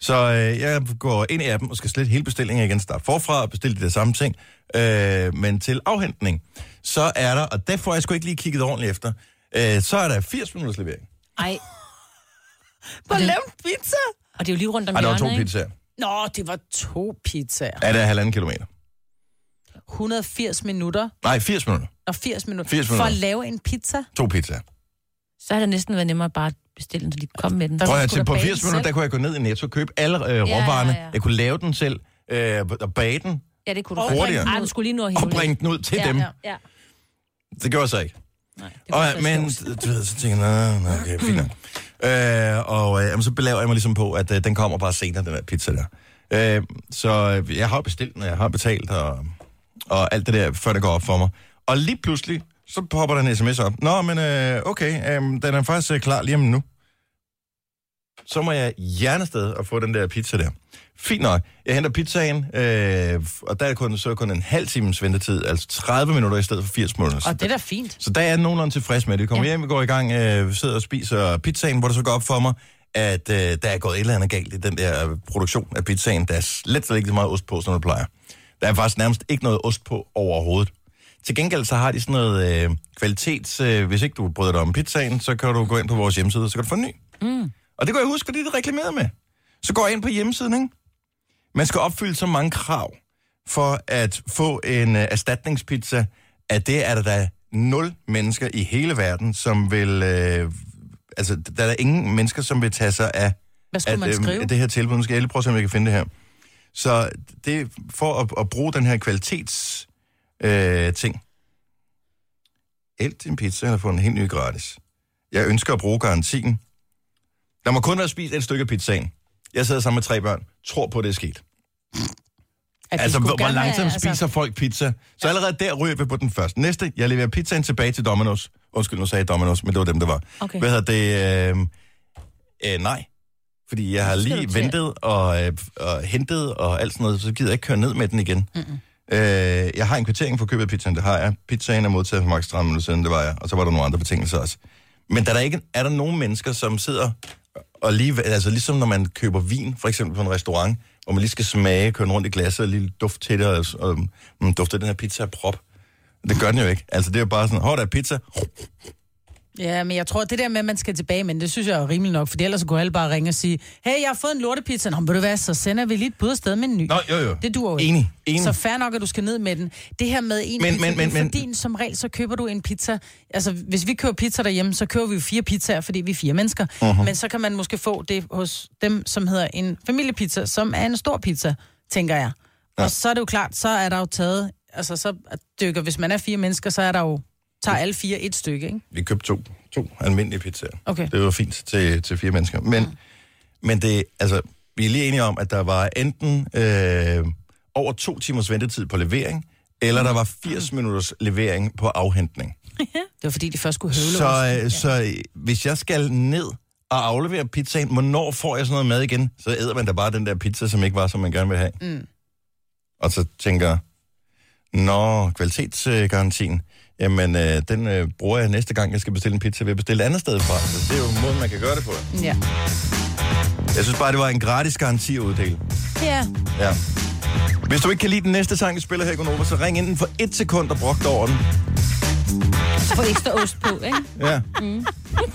Så øh, jeg går ind i appen og skal slette hele bestillingen igen, starte forfra og bestille de der samme ting. Øh, men til afhentning, så er der, og der får jeg sgu ikke lige kigget ordentligt efter, øh, så er der firs minutters levering. Ej. Hvor lavet pizza? Og det er jo lige rundt om Ej, der var hjørnet, to pizzaer. Nå, det var to pizzaer. Ja, det er halvanden kilometer. et hundrede og firs minutter. Nej, firs minutter. Og firs minutter. firs minutter. For at lave en pizza? To pizzaer. Så har det næsten været nemmere bare at bestille den, så de kan komme med den. Prøv at til på firs minutter, der kunne jeg gå ned i Netto og købe alle øh, råvarerne. Ja, ja, ja. Jeg kunne lave den selv øh, og bage den. Ja, det kunne du. Hurtigere. Ej, du skulle lige nu og bringe den ud til ja, dem. Ja, ja. Det gjorde jeg så ikke. Nej, og, men, du ved, så tænker jeg, nej, okay, fint nok. Øh, og øh, så belaver jeg mig ligesom på, at øh, den kommer bare senere, den der pizza der. Øh, så jeg har bestilt den, og jeg har betalt, og, og alt det der, før det går op for mig. Og lige pludselig, så popper der en sms op. Nå, men øh, okay, øh, den er faktisk øh, klar lige om nu. Så må jeg hjernested og få den der pizza der. Fint nok. Jeg henter pizzaen, øh, og der er kun, så er kun en halv times ventetid, altså tredive minutter i stedet for firs minutter. Og det er da fint. Så der er jeg nogenlunde tilfreds med det. Vi kommer ja. hjem, vi går i gang, øh, sidder og spiser pizzaen, hvor det så går op for mig, at øh, der er gået et eller andet galt i den der produktion af pizzaen. Der er slet ikke så meget ost på, som det plejer. Der er faktisk nærmest ikke noget ost på overhovedet. Til gengæld så har de sådan noget øh, kvalitets... Øh, hvis ikke du bryder dig om pizzaen, så kan du gå ind på vores hjemmeside, og så kan du få en ny. Mm. Og det kan jeg huske, fordi det reklamerede med. Så går jeg ind på hjemmesiden, ikke? Man skal opfylde så mange krav for at få en uh, erstatningspizza, at det er der, der er nul mennesker i hele verden, som vil... Uh, altså, der er der ingen mennesker, som vil tage sig af Hvad skulle at, man skrive? Uh, det her tilbud. Nu skal jeg lige prøve at se, om jeg kan finde det her. Så det for at, at bruge den her kvalitets uh, ting. Ælt din pizza, eller få en helt ny gratis. Jeg ønsker at bruge garantien. Der må kun være spist et stykke pizzaen. Jeg sidder sammen med tre børn. Tror på, det er sket. At altså, hvor, hvor langsomt spiser altså... folk pizza? Så allerede der ryger vi på den første. Næste, jeg leverer pizzaen tilbage til Domino's. Undskyld, nu sagde jeg Domino's, men det var dem, der var. Okay. Hvad hedder det? Øh, øh, nej. Fordi jeg har lige ventet og, øh, og hentet og alt sådan noget, så gider jeg ikke køre ned med den igen. Mm-mm. Øh, jeg har en kvittering for købet af pizzaen, det har jeg. Pizzaen er modtaget for maks tredive minutter siden, det var jeg. Og så var der nogle andre betingelser også. Men der er, der ikke, er der nogle mennesker, som sidder... Og lige, altså ligesom når man køber vin, for eksempel på en restaurant, hvor man lige skal smage, køre rundt i glasset og lige duft til det, og, og man dufter den her pizza af prop. Det gør den jo ikke. Altså det er jo bare sådan, hår, der er pizza. Ja, men jeg tror, det der med, at man skal tilbage, men det synes jeg er rimeligt nok, for ellers kunne alle bare ringe og sige, hey, jeg har fået en lortepizza. Nå, vil du være, så sender vi lige et bud afsted med en ny. Nå, jo, jo. Det duer jo ikke. Enig, enig. Så fair nok, at du skal ned med den. Det her med en men, pizza, men, men, for din som regel, så køber du en pizza. Altså, hvis vi køber pizza derhjemme, så køber vi jo fire pizzaer, fordi vi er fire mennesker. Uh-huh. Men så kan man måske få det hos dem, som hedder en familiepizza, som er en stor pizza, tænker jeg. Ja. Og så er det jo klart, så er der jo taget, altså så dykker, hvis man er fire mennesker, så er der jo, tager alle fire et stykke, ikke? Vi købte to. To almindelige pizzaer. Okay. Det var fint til, til fire mennesker. Men, mm. men det, altså, vi er lige enige om, at der var enten øh, over to timers ventetid på levering, eller der var firs minutters levering på afhentning. Det var fordi, de først skulle høvle så, os. øh, ja. Så hvis jeg skal ned og aflevere pizzaen, hvornår får jeg sådan noget mad igen? Så æder man da bare den der pizza, som ikke var, som man gerne vil have. Mm. Og så tænker nå, kvalitetsgarantien. Jamen, øh, den øh, bruger jeg næste gang, jeg skal bestille en pizza, ved at bestille et andet sted fra. Så det er jo en måde, man kan gøre det på. Ja. Jeg synes bare, det var en gratis garanti at uddele. Ja. Ja. Hvis du ikke kan lide den næste sang, vi spiller her i Gonova, så ring inden for et sekund og brugt over den. Så får ekstra ost på, ikke? Ja. Mm.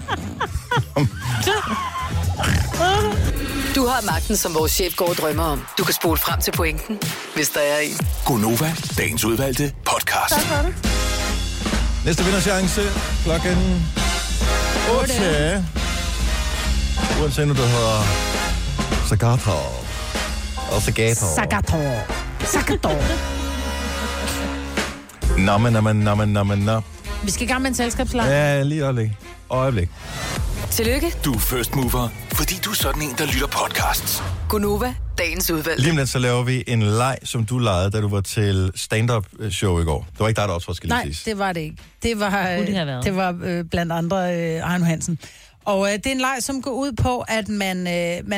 Du har magten, som vores chef går og drømmer om. Du kan spole frem til pointen, hvis der er en. Gonova, dagens udvalgte podcast. Tak for det. Næste vinderchance klokken otte. Uanset nu, du hedder Sagato. Og Sagato. Sagato. Sagato. Nå, men, nå, men, nå, men, nå, men, nå. Vi skal i gang med en selskabsleg. Ja, lige øjeblik. Øjeblik. Tillykke. Du er first mover, fordi du er sådan en, der lytter podcasts. Gonova, dagens udvalg. Lige om lidt, så laver vi en leg, som du legede, da du var til stand-up show i går. Det var ikke dig, der optrådte, skal lige Nej, siges. det var det ikke. Det var, øh, det, det var øh, blandt andre øh, Arno Hansen. Og øh, det er en leg, som går ud på, at man, øh, man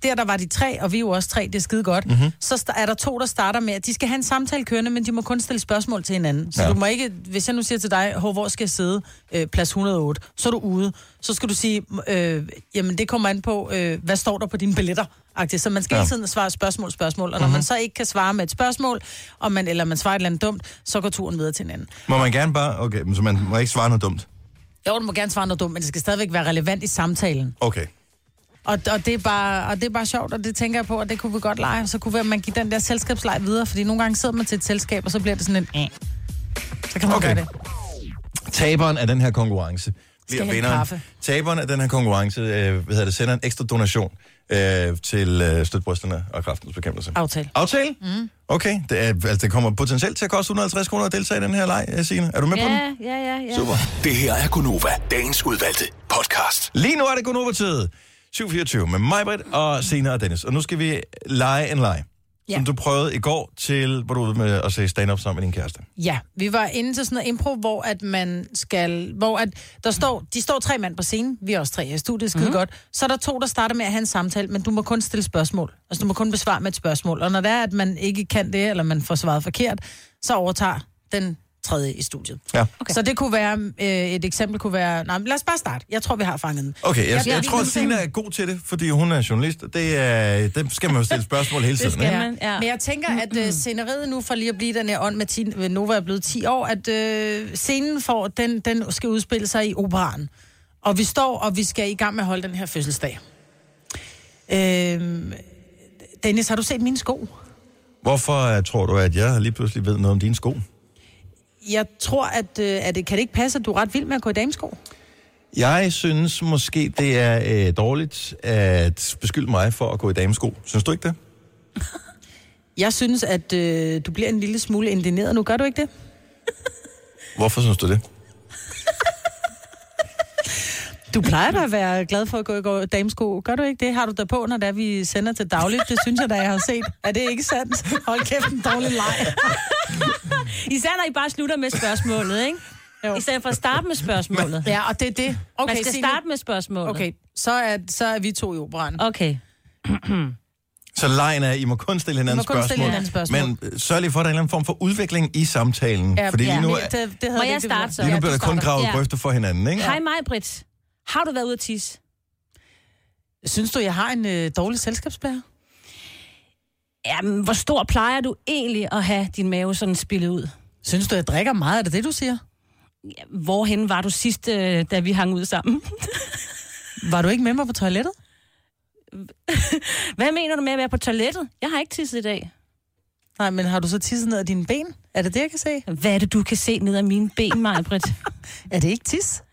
der, der var de tre, og vi er jo også tre, det er skide godt, mm-hmm. så er der to, der starter med, at de skal have en samtale kørende, men de må kun stille spørgsmål til hinanden. Så ja. du må ikke, hvis jeg nu siger til dig, hvor skal jeg sidde, øh, plads et hundrede og otte, så er du ude. Så skal du sige, øh, jamen det kommer an på, øh, hvad står der på dine billetter? Så man skal ja. hele tiden svare spørgsmål, spørgsmål, og når mm-hmm. man så ikke kan svare med et spørgsmål, og man, eller man svarer et eller andet dumt, så går turen videre til hinanden. Må man gerne bare, okay, så man må ikke svare noget dumt? Jo, du må gerne svare noget dumt, men det skal stadigvæk være relevant i samtalen. Okay. Og, og, det er bare, og det er bare sjovt, og det tænker jeg på, og det kunne vi godt lege. Så kunne vi, man give den der selskabsleg videre, fordi nogle gange sidder man til et selskab, og så bliver det sådan en... Øh. Så kan man okay. gøre det. Taberen af den her konkurrence bliver vinderen. Taberen af den her konkurrence, øh, hvad hedder det, sender en ekstra donation øh, til øh, støtbrysterne og kræftens bekæmpelse. Aftale. Aftale? Mm. Okay, det, er, altså, det kommer potentielt til at koste et hundrede og halvtreds kroner at deltage i den her leg, Signe. Er du med ja, på den? Ja, ja, ja. Super. Det her er Gonova, dagens udvalgte podcast. Lige nu er det Gonova-tid. syv fireogtyve med mig, Britt, og Signe og Dennis. Og nu skal vi lege en leg, ja. som du prøvede i går til, hvor du var med at se stand-up sammen med din kæreste. Ja, vi var inde til sådan noget impro, hvor at man skal, hvor at der står, de står tre mand på scenen, vi er også tre her i studiet, skide mm-hmm. godt. Så er der to, der starter med at have en samtale, men du må kun stille spørgsmål. Altså du må kun besvare med et spørgsmål. Og når det er, at man ikke kan det, eller man får svaret forkert, så overtager den tredje i studiet. Ja. Okay. Så det kunne være, øh, et eksempel kunne være, nej, lad os bare starte. Jeg tror, vi har fanget den. Okay, jeg, jeg, jeg, jeg tror, at Signe er god til det, fordi hun er journalist. Det er, det skal man jo stille spørgsmål hele tiden. Det skal man, ja. Men jeg tænker, at øh, sceneriet nu, for lige at blive den her ånd med ti, Nova er blevet ti år, at øh, scenen får, den, den skal udspille sig i operaen. Og vi står, og vi skal i gang med at holde den her fødselsdag. Øh, Dennis, har du set mine sko? Hvorfor uh, tror du, at jeg lige pludselig ved noget om dine sko? Jeg tror, at, øh, at det kan det ikke passe, at du er ret vild med at gå i damesko? Jeg synes måske, det er øh, dårligt at beskylde mig for at gå i damesko. Synes du ikke det? Jeg synes, at øh, du bliver en lille smule indigneret nu. Gør du ikke det? Hvorfor synes du det? Du plejer da at være glad for at gå, gå damesko. Gør du ikke det? Har du der på, når det er, vi sender til dagligt? Det synes jeg da, jeg har set. Er det ikke sandt? Hold kæft, en dårlig leg. Især når I bare slutter med spørgsmålet, ikke? Jo. I stedet for at starte med spørgsmålet. Ja, og det er det. Okay, man skal starte med spørgsmålet. Okay, så er, så er vi to i operaen. Okay. Så lejen er, I må kun stille hinanden spørgsmål, stille hinanden spørgsmål. Men sørg lige for, at der er en eller anden form for udvikling i samtalen. Ja, fordi lige nu, ja, det, det må jeg starte så? Lige nu bliver ja, der kun gravet ja. grøfter for hinanden, ikke? Hej mig, Britt. Har du været ude at tisse? Synes du, jeg har en øh, dårlig selskabsblære? Jamen, hvor stor plejer du egentlig at have din mave sådan spillet ud? Synes du, jeg drikker meget? Er det det, du siger? Ja, hvorhen var du sidst, øh, da vi hang ud sammen? Var du ikke med mig på toilettet? Hvad mener du med at være på toilettet? Jeg har ikke tisset i dag. Nej, men har du så tisset ned af dine ben? Er det det, jeg kan se? Hvad er det, du kan se ned af mine ben, Maj-Britt? Er det ikke tis?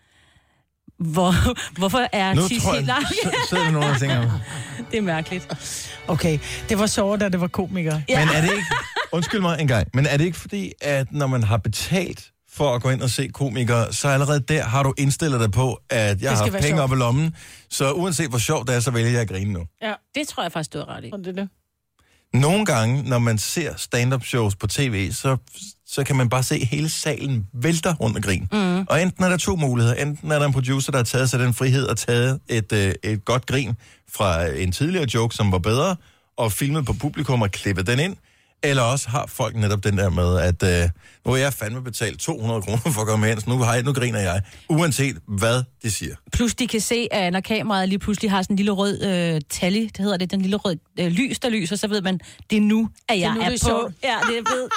Hvor, hvorfor er nu tis tror helt langt? Nu sidder der nogen, der tænker... Det er mærkeligt. Okay, det var sjovt, da det var komikere. Ja. Men er det ikke... Undskyld mig en gang. Men er det ikke fordi, at når man har betalt for at gå ind og se komikere, så allerede der har du indstillet dig på, at jeg har haft penge sjovt. Op i lommen. Så uanset hvor sjovt det er, så vælger jeg at grine nu. Ja, det tror jeg faktisk, du er ret i. Det er det. Nogle gange, når man ser stand-up shows på tv, så, så kan man bare se hele salen vælter rundt og grine. Mm. Og enten er der to muligheder. Enten er der en producer, der har taget sig den frihed og taget et, øh, et godt grin fra en tidligere joke, som var bedre, og filmet på publikum og klippet den ind. Eller også har folk netop den der med, at øh, nu er jeg fandme betalt to hundrede kroner for at komme ind, så nu, har jeg, nu griner jeg, uanset hvad de siger. Plus de kan se, at når kameraet lige pludselig har sådan en lille rød øh, tally, det hedder det, den lille rød øh, lys, der lyser, så ved man, det er nu, at jeg er, er på. Sjovt. Ja, det er ved.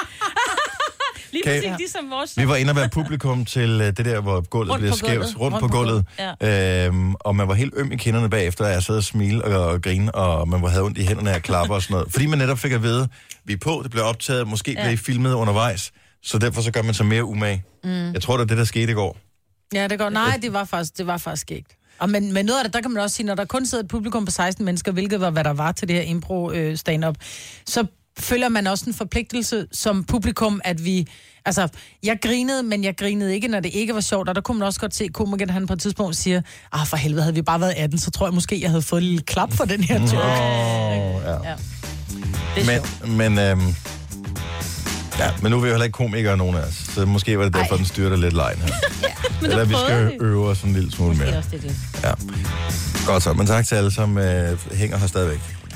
Lige præcis, okay. Ligesom vores... Vi var inde og være publikum til uh, det der, hvor gulvet rundt bliver skævt, rundt, rundt på gulvet. Ja. Øhm, og man var helt øm i kinderne bagefter, at jeg sad og smile og, og grine, og man havde ondt i hænderne af klapper og sådan noget. Fordi man netop fik at vide, vi er på, det blev optaget, måske ja. Blev filmet undervejs, så derfor så gør man sig mere umage. Mm. Jeg tror, det er det, der skete i går. Ja, det går. Nej, det var faktisk, det var faktisk skægt. Og men, men noget af det, der kan man også sige, når der kun sidder et publikum på seksten mennesker, hvilket var, hvad der var til det her impro øh, stand-up, så føler man også en forpligtelse som publikum, at vi... Altså, jeg grinede, men jeg grinede ikke, når det ikke var sjovt. Og der kunne man også godt se, at komikeren han på et tidspunkt siger, ah, for helvede, havde vi bare været atten, så tror jeg måske, jeg havde fået en lille klap for den her joke. Oh, ja. Ja. Det er men, men, øhm, ja, men nu er vi jo heller ikke komikere, nogen af os. Så måske var det derfor, Ej. den styrter lidt lejen her. Ja, eller vi skal det. øve os en lille smule mere. Det er også det. Ja. Godt så, men tak til alle, som øh, hænger her stadigvæk.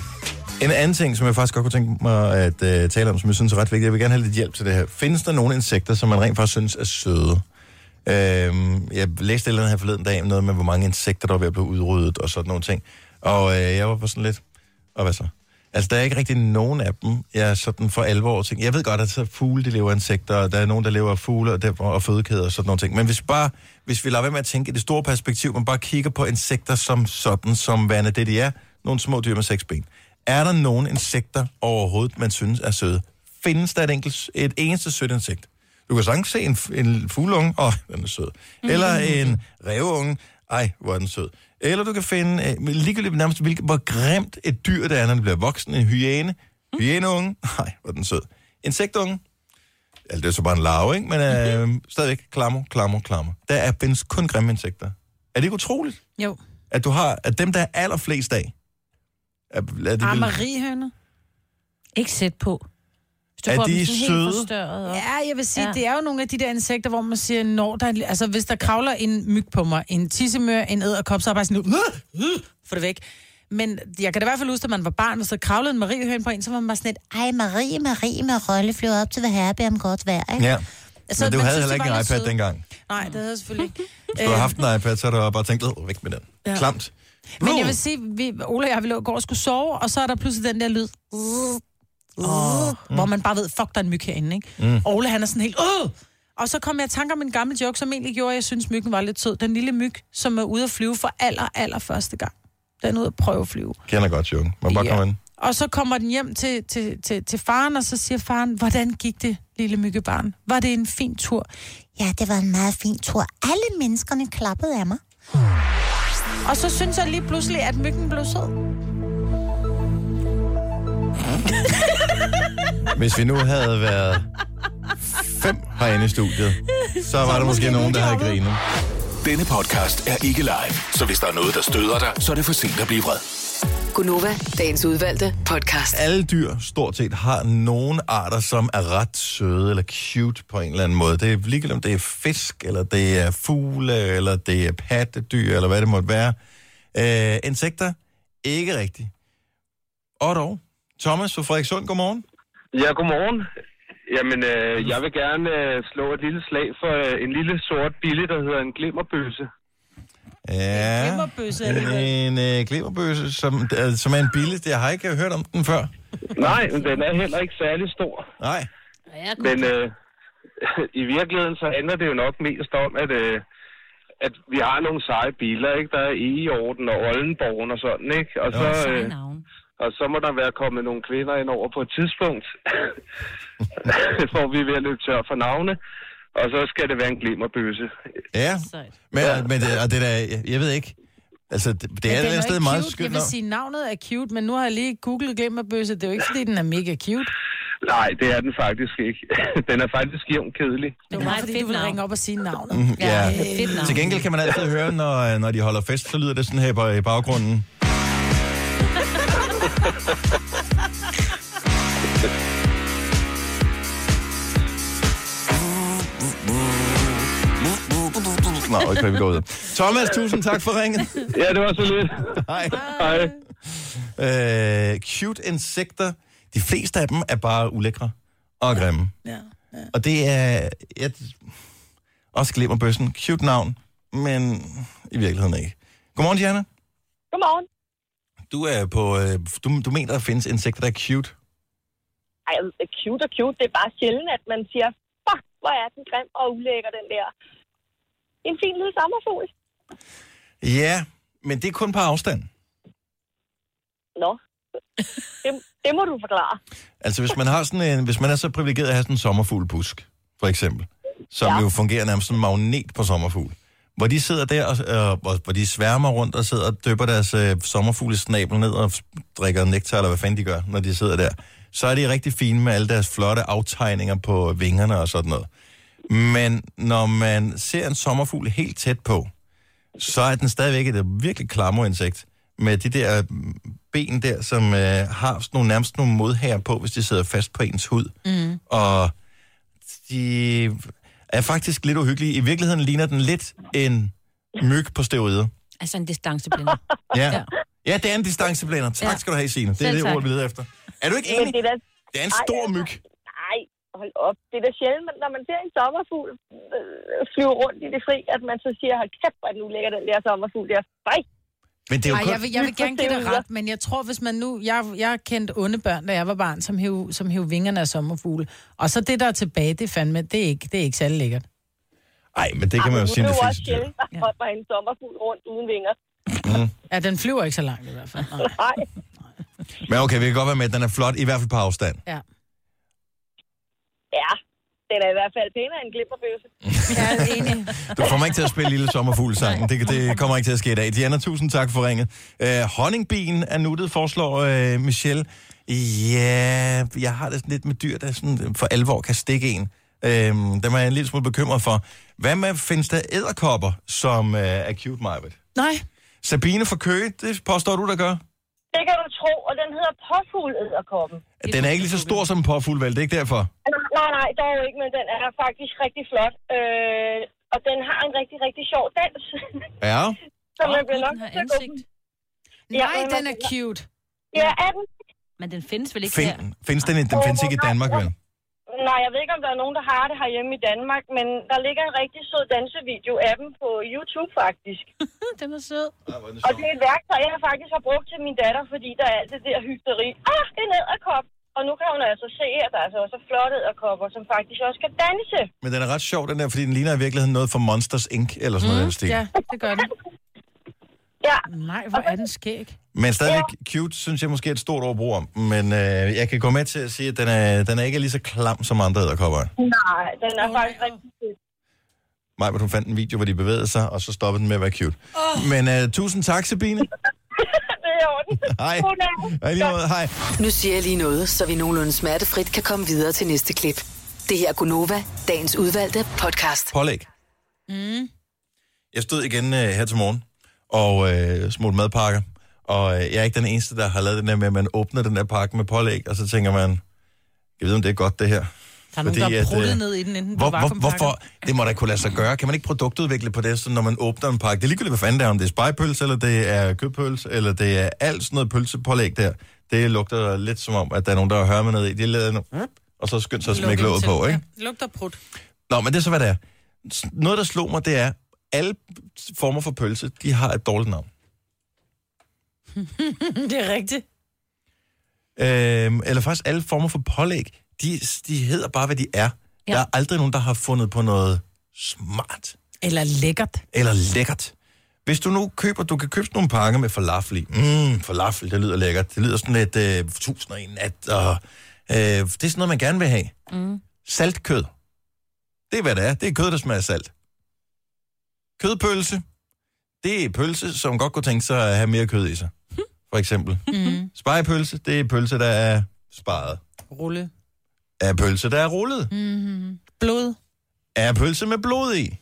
En anden ting, som jeg faktisk godt kunne tænke mig at uh, tale om, som jeg synes er ret vigtigt, jeg vil gerne have lidt hjælp til det her. Findes der nogle insekter, som man rent faktisk synes er søde? Uh, jeg læste et eller andet her forleden dag, noget med, hvor mange insekter, der var ved at blive udryddet og sådan nogle ting. Og uh, jeg var på sådan lidt, og hvad så? Altså, der er ikke rigtig nogen af dem, jeg sådan for alvor tænker. Jeg ved godt, at så fugle, de lever af insekter, og der er nogen, der lever af fugle og, der, og fødekæder og sådan nogle ting. Men hvis, bare, hvis vi lader være med at tænke i det store perspektiv, man bare kigger på insekter som sådan, som værende det, de er, nogle små dyr med seks ben. Er der nogen insekter overhovedet, man synes er søde? Findes der et, enkelt, et eneste sødt insekt? Du kan sagtens se en, en fugleunge, åh, oh, den er sød. Eller en ræveunge, ej, hvor er den sød. Eller du kan finde, øh, ligegyldigt nærmest, hvilket, hvor grimt et dyr det er, når det bliver voksen. En hyæne. Hyæneunge. Nej, hvor er den sød. Insektunge. Altså, det er så bare en larve, ikke? Men øh, stadigvæk klammer, klammer, klammer. Der er, findes kun grimme insekter. Er det ikke utroligt? Jo. At du har, at dem, der er allerflest af... Er, er ah, mariehøner. Ikke sæt på. Er de søde? Ja, jeg vil sige, ja. Det er jo nogle af de der insekter, hvor man siger, når der, altså hvis der kravler en myg på mig, en tissemør, en edderkop, så er jeg bare sådan, øh, øh, få det væk. Men jeg kan da i hvert fald huske, at man var barn, og så kravlede en mariehøn på en, så var man bare sådan et, ej, Marie, Marie med rolle flyver op til ved herrebær om godt vejr, ikke? Ja, altså, men du havde synes, heller ikke en iPad søde. dengang. Nej, det havde jeg selvfølgelig ikke. Hvis du havde haft en iPad, så havde du bare tænkt, væk med den. Ja. Klamt. Men jeg vil sige, vi, Ole og jeg, vi lå og går og skulle sove, og så er der pludselig den der lyd, Oh, mm. hvor man bare ved, fuck, der er en myg herinde, ikke? Mm. Og Ole, han er sådan helt, åh! Og så kom jeg i tanke om en gammel joke, som egentlig gjorde, at jeg synes, myggen var lidt sød. Den lille myg, som er ude at flyve for aller, aller første gang. Den er ude at prøve at flyve. Kender godt joken. Må bare ja. komme ind. Og så kommer den hjem til, til, til, til faren, og så siger faren, hvordan gik det, lille myggebarn? Var det en fin tur? Ja, det var en meget fin tur. Alle menneskerne klappede af mig. Og så synes jeg lige pludselig, at myggen blev sød. Hvis vi nu havde været fem herinde i studiet, så var så der måske, måske nogen, der havde grinet. Denne podcast er ikke live, så hvis der er noget, der støder dig, så er det for sent at blive vred. Gunova, dagens udvalgte podcast. Alle dyr stort set har nogle arter, som er ret søde eller cute på en eller anden måde. Det er ligegyldigt, om det er fisk, eller det er fugle, eller det er pattedyr, eller hvad det måtte være. Øh, insekter, ikke rigtigt. Og dog. Thomas fra Frederikssund, godmorgen. Ja, godmorgen. Jamen, øh, jeg vil gerne øh, slå et lille slag for øh, en lille sort bille, der hedder en glimmerbøsse. Ja, en glimmerbøsse, en øh, glimmerbøsse, som, øh, som er en bille. Jeg har ikke hørt om den før. Nej, men den er heller ikke særlig stor. Nej. Men øh, i virkeligheden så handler det jo nok mest om, at, øh, at vi har nogle seje biler, ikke? Der er E-orden og Oldenborgen og sådan, ikke? Og så... Øh, Og så må der være kommet nogle kvinder ind over på et tidspunkt, hvor vi er ved at løbe tør for navne, og så skal det være en glimmerbøsse. Ja, men, ja. men det, og det der, jeg ved ikke, altså det, det er et eller sted meget skønt. Jeg vil sige, navnet er cute, men nu har jeg lige googlet glimmerbøsse, det er jo ikke, fordi den er mega cute. Nej, det er den faktisk ikke. Den er faktisk jævnt kedelig. Det er meget, fordi du vil ringe op og sige navnet. Mm, ja. Ja. Til gengæld kan man altid høre, når, når de holder fest, så lyder det sådan her i baggrunden. Nå, okay, vi går ud. Thomas, tusind tak for ringen. Ja, det var så lidt. Hej. Hej. Øh, cute insekter. De fleste af dem er bare ulækre og grimme. Ja, ja. Og det er... Jeg, også glimmerbøssen. Cute navn, men i virkeligheden ikke. Godmorgen, Diana. Godmorgen. Du er på... Du, du mener, der findes insekter, der er cute? Ej, cute og cute. Det er bare sjældent, at man siger, fuck, hvor er den grim og ulækker, den der. En fin lille sommerfugl. Ja, men det er kun på afstand. Nå, det, det må du forklare. Altså, hvis man har sådan en... Hvis man er så privilegeret at have sådan en sommerfuglbusk, for eksempel, som ja. jo fungerer nærmest som en magnet på sommerfugl, hvor de sidder der, og, øh, hvor de sværmer rundt og sidder og dypper deres øh, sommerfuglesnabel ned og drikker nektar, eller hvad fanden de gør, når de sidder der, så er de rigtig fine med alle deres flotte aftegninger på vingerne og sådan noget. Men når man ser en sommerfugl helt tæt på, så er den stadigvæk et virkelig klammerinsekt med de der ben der, som øh, har sådan nogle, nærmest nogle modhager på, hvis de sidder fast på ens hud. Mm. Og de er faktisk lidt uhyggelige. I virkeligheden ligner den lidt en myg på steroider. Altså en distanceblinder. Ja. ja. Ja, det er en distanceplaner. Tak ja. skal du have, Signe. Det er Selv det ord, vi leder efter. Er du ikke enig? Det er, da... det er en stor Ej, myg. Nej, hold op. Det er da sjældent, når man ser en sommerfugl øh, flyve rundt i det fri, at man så siger, hold kæft, hvor nu ligger den der sommerfugl der. Nej. Men det er jo Ej, kun... jeg, vil, jeg vil gerne give det ret, men jeg tror, hvis man nu... Jeg, jeg har kendt onde børn, da jeg var barn, som hæv, som hæv vingerne af sommerfugle. Og så det, der er tilbage, det fandme, det er ikke, det er ikke særlig lækkert. Nej, men det kan man jo sige, det er jo fleste også sjældent, der hopper en sommerfugl rundt uden vinger. Mm. Ja, den flyver ikke så langt i hvert fald. Nej. Men okay, vi kan godt være med, at den er flot, i hvert fald på afstand. Ja. Ja, den er i hvert fald pænere end glimmerbøsse. Ja, jeg er enig. Du får mig ikke til at spille lille sommerfuglsangen. Det, det kommer ikke til at ske i dag. Diana, tusind tak for ringet. Uh, honningbien er nuttet, foreslår uh, Michelle. Ja, jeg har det sådan lidt med dyr, der sådan for alvor kan stikke en. Uh, dem er jeg en lille smule bekymret for. Hvad med, findes der edderkopper, som uh, er cute, Majbet? Nej. Sabine fra Køge, det påstår du, der gør? Det kan du tro, og den hedder påfugledderkoppen. Den er ikke lige så stor som en påfugl, vel? Det er ikke derfor? Nej, nej, dog ikke, men den er faktisk rigtig flot. Øh, og den har en rigtig, rigtig sjov dans. Ja. Så man bliver nok til at gå. Nej, den er cute. Ja, er den? Men den findes vel ikke Find, her? Findes den, den findes ikke i Danmark, vel? Nej, jeg ved ikke, om der er nogen, der har det herhjemme i Danmark, men der ligger en rigtig sød dansevideo af dem på YouTube, faktisk. Den er sød. Ah, er og det er et værktøj, jeg faktisk har brugt til min datter, fordi der er alt det der hyggeleri. Ah, det er en edderkop. Og nu kan hun altså se, at der er altså også flotte edderkopper, som faktisk også kan danse. Men den er ret sjov, den der, fordi den ligner i virkeligheden noget fra Monsters Incorporated eller sådan mm, noget. Stil. Ja, det gør den. Ja. Nej, hvor er den skæg. Men stadigvæk ja. Cute, synes jeg måske er et stort ord at bruge om. Men øh, jeg kan gå med til at sige, at den er, den er ikke lige så klam som andre edderkopper. Nej, den er oh, faktisk rigtig cute. Majbert, hun fandt en video, hvor de bevægede sig, og så stoppede den med at være cute. Oh. Men uh, tusind tak, Sabine. Det er i orden. Hej. Hej, lige måde. Hej. Nu siger jeg lige noget, så vi nogenlunde smertefrit kan komme videre til næste klip. Det her er Gunova, dagens udvalgte podcast. Pålæg. Mm. Jeg stod igen uh, her til morgen og uh, smurte madpakker. Og uh, jeg er ikke den eneste, der har lavet den der med, at man åbner den der pakke med pålæg, og så tænker man, jeg ved, om det er godt, det her. Der er nogen, der har pruttet ned i den, inden hvor, på hvor, Hvorfor? Det må da kunne lade sig gøre. Kan man ikke produktudvikle på det, så når man åbner en pakke? Det er ligegyldigt, hvad fanden det er, om det er spejepølse, eller det er kødpølse, eller det er alt sådan noget pølsepålæg der. Det lugter lidt som om, at der er nogen, der har hørmet ned i. De lader noget, og så skynder sig at smække låget på, ikke? Ja, lugter prut. Nå, men det er så, hvad det er. Noget, der slog mig, det er, alle former for pølse, de har et dårligt navn. Det er rigtigt. Øhm, eller faktisk alle former for pålæg, de, de hedder bare, hvad de er. Ja. Der er aldrig nogen, der har fundet på noget smart. Eller lækkert. Eller lækkert. Hvis du nu køber, du kan købe nogle pakker med falafel i. Mm, falafel, det lyder lækkert. Det lyder sådan lidt øh, tusind og en nat, og øh, det er sådan noget, man gerne vil have. Mm. Saltkød. Det er, hvad det er. Det er kød, der smager salt. Kødpølse. Det er pølse, som godt kunne tænke sig at have mere kød i sig. For eksempel. Mm. Spejepølse, det er pølse, der er sparet. Rulle. Er pølse, der er rullet. Mm-hmm. Blod. Er pølse med blod i.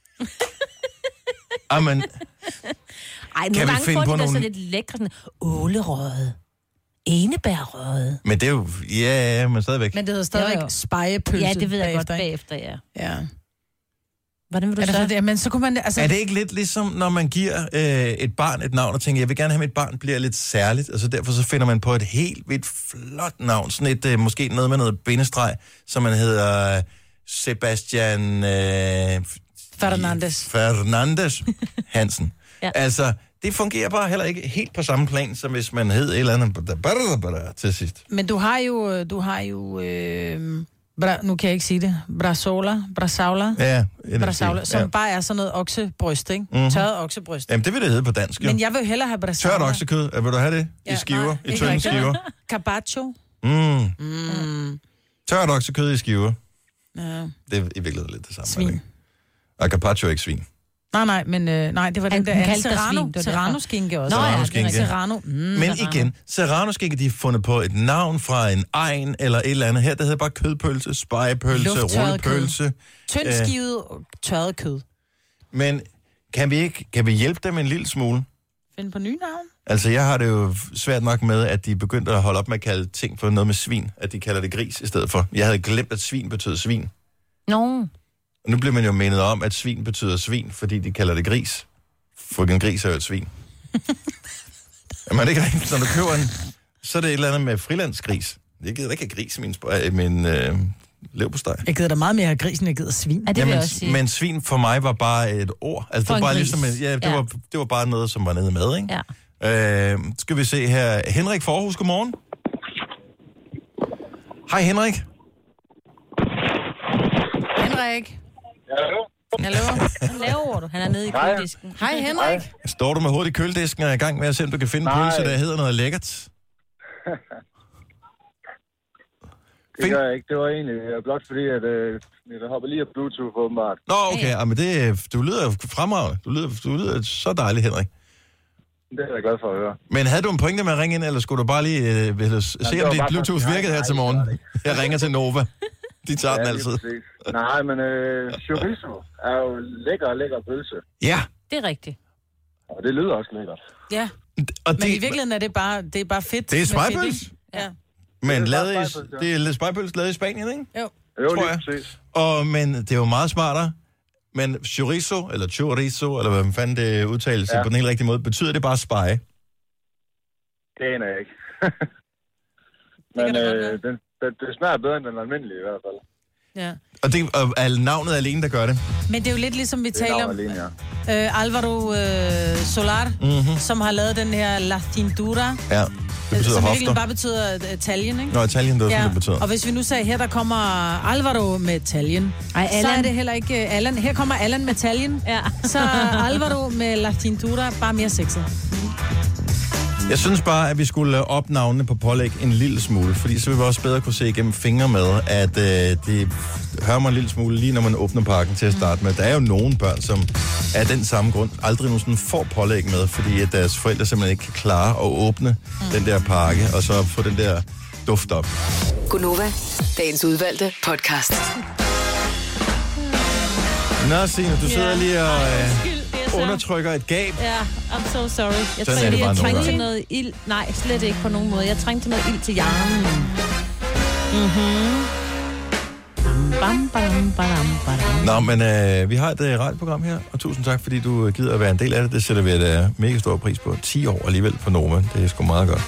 Amen. Ej, nogle gange får de nogle... der så lidt lækre, sådan ålerøget, enebærrøget. Men det er jo, ja, men stadigvæk. Men det hedder stadigvæk spejepølse. Ja, det ved jeg bagefter, godt bagefter, ja. Ja. Hvordan vil du er så? Det, men så kunne man, altså... Er det ikke lidt ligesom, når man giver øh, et barn et navn, og tænker, jeg vil gerne have, at mit barn bliver lidt særligt, og så derfor så finder man på et helt vildt flot navn, sådan et, øh, måske noget med noget bindestreg, som man hedder øh, Sebastian... Øh, Fernandes. Fernandes Hansen. Ja. Altså, det fungerer bare heller ikke helt på samme plan, som hvis man hed et eller andet til sidst. Men du har jo... Du har jo øh... Bra, nu kan jeg ikke sige det. Brasola, brasaula. Ja, brasaula, som ja. bare er sådan noget oksebryst, ikke? Mm-hmm. Tørret oksebryst. Jamen, det vil det hedde på dansk, jo. Men jeg vil hellere have brasaula. Tørt oksekød, vil du have det? Ja, I skiver? Nej, I tynde skiver? Carpaccio. Mm. Mm. Tørt oksekød i skiver. Ja. Det er i virkeligheden lidt det samme. Svin. Ikke? Og carpaccio er ikke svin. Nej, nej, men øh, nej, det var den der serrano, serrano-skinke også. Nå ja, serrano. serrano. Mm, men serrano. Igen, serrano-skinke, de har fundet på et navn fra en egen eller et eller andet. Her, der hedder bare kødpølse, spejepølse, rullepølse. Tyndskivet øh. tørret kød. Men kan vi ikke, kan vi hjælpe dem en lille smule? Finde på nye navn? Altså, jeg har det jo svært nok med, at de begyndte at holde op med at kalde ting for noget med svin. At de kalder det gris i stedet for. Jeg havde glemt, at svin betød svin. Nå. No. Nu bliver man jo mindet om, at svin betyder svin, fordi de kalder det gris. For en gris er jo et svin. Jamen, det er ikke rigtigt. Når du køber en, så er det et eller andet med frilandsgris. Jeg gider da ikke have gris i min, sp- min øh, leverpostej. Jeg gider da meget mere have gris, end jeg gider svin. Ja, det vil jeg også sige. Men svin for mig var bare et ord. Altså, det var bare ligesom, ja, det, ja. Var, det var bare noget, som var nede med, ikke? Ja. Øh, skal vi se her. Henrik Forhus, godmorgen. Hej, Henrik. Henrik. Hallo. Hallo. Hvad laver du? Han er nede i køledisken. Hej, Henrik. Står du med hovedet i køledisken og er i gang med at se, om du kan finde en pølse, der hedder noget lækkert? Det gør jeg ikke. Det var egentlig blot fordi, at øh, jeg hopper lige af Bluetooth åbenbart. Nå, okay. Ja, ja. Men det, du lyder fremragende. Du lyder, du lyder så dejligt, Henrik. Det er jeg glad for at høre. Men havde du en pointe med at ringe ind, eller skulle du bare lige øh, vil du se, ja, om dit Bluetooth virkede her til morgen? Jeg ringer til Nova. De tager ja, den altid. Nej, men øh, chorizo er jo lækker, lækker pølse. Ja. Det er rigtigt. Og det lyder også lækkert. Ja. Og men det, i virkeligheden er det bare, det er bare fedt. Det er spejpølse. Ja. Men lavet i, det er spejpølse lavet i Spanien, ikke? Jo. Jo, lige præcis. Og, men det er jo meget smartere. Men chorizo, eller chorizo, eller hvad fanden det udtales ja. På den helt rigtige måde, betyder det bare speje? Det aner jeg ikke. Men øh, den, det, det smager bedre end den almindelige i hvert fald. Ja. Og det er navnet alene, der gør det. Men det er jo lidt ligesom vi det taler om alene, ja. øh, Alvaro øh, Solar, mm-hmm. som har lavet den her La Cintura. Ja, det betyder som hofter. virkelig bare betyder uh, taljen, ikke? Nå, Italien, det er ja. sådan, det betyder. Og hvis vi nu sagde, her der kommer Alvaro med taljen, Ej, så er det heller ikke uh, Allan. Her kommer Allan med taljen, ja. Så Alvaro med La Cintura bare mere sexet. Jeg synes bare, at vi skulle op navnene på pålæg en lille smule, fordi så vil vi også bedre kunne se igennem fingre med, at øh, det hører mig en lille smule lige, når man åbner pakken til at starte med. Der er jo nogle børn, som af den samme grund aldrig nogensinde får pålæg med, fordi at deres forældre simpelthen ikke kan klare at åbne mm. den der pakke, og så få den der duft op. Gunova, dagens udvalgte podcast. Nå, Signe, du sidder ja. lige og... Øh... undertrykker et gab. Ja, I'm so sorry. Jeg Sådan trængte, jeg trængte til gange. noget ild. Nej, slet ikke på nogen måde. Jeg trængte til noget ild til hjernen. Mhm. Bam, bam, bam, bam. Nå, men øh, vi har et øh, radioprogram her, og tusind tak, fordi du gider at være en del af det. Det sætter vi et øh, mega stor pris på. ti år alligevel på Nova. Det er sgu meget godt.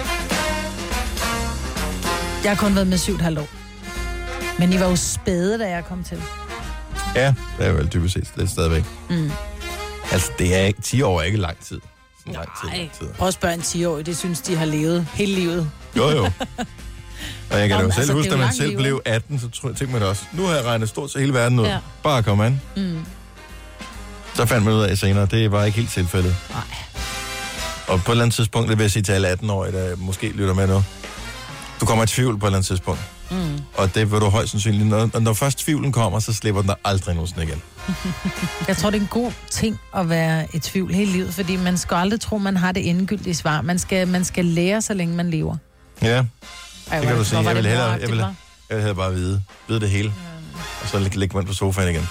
Jeg har kun været med syv og et halvt år. Men I var jo spæde, da jeg kom til. Ja, det er jo vel dybest set det er stadigvæk. Mm. Altså, det er ikke, ti år er ikke lang tid. Sådan lang tid, lang tid. Prøv at spørge en ti-årig, det synes de har levet hele livet. Jo, jo. Og jeg kan da jo selv altså, huske, da man selv liv, blev atten, så tror, tænkte man også, nu har jeg regnet stort set hele verden ud. Ja. Bare kom an. Mm. Så fandt man ud af senere, det var ikke helt tilfældet. Nej. Og på et eller andet tidspunkt, det vil jeg sige til alle atten-årige, der måske lytter med nu, du kommer i tvivl på et eller andet tidspunkt. Mm. Og det vil du højst sandsynligt. Når, når først tvivlen kommer, så slipper den der aldrig nogensinde igen. Jeg tror, det er en god ting at være i tvivl hele livet, fordi man skal aldrig tro, man har det endegyldige svar. Man skal, man skal lære, så længe man lever. Ja, Ej, det kan du sige. Jeg vil hellere, jeg vil, jeg vil hellere bare vide, vide det hele. Mm. Og så ligger man på sofaen igen.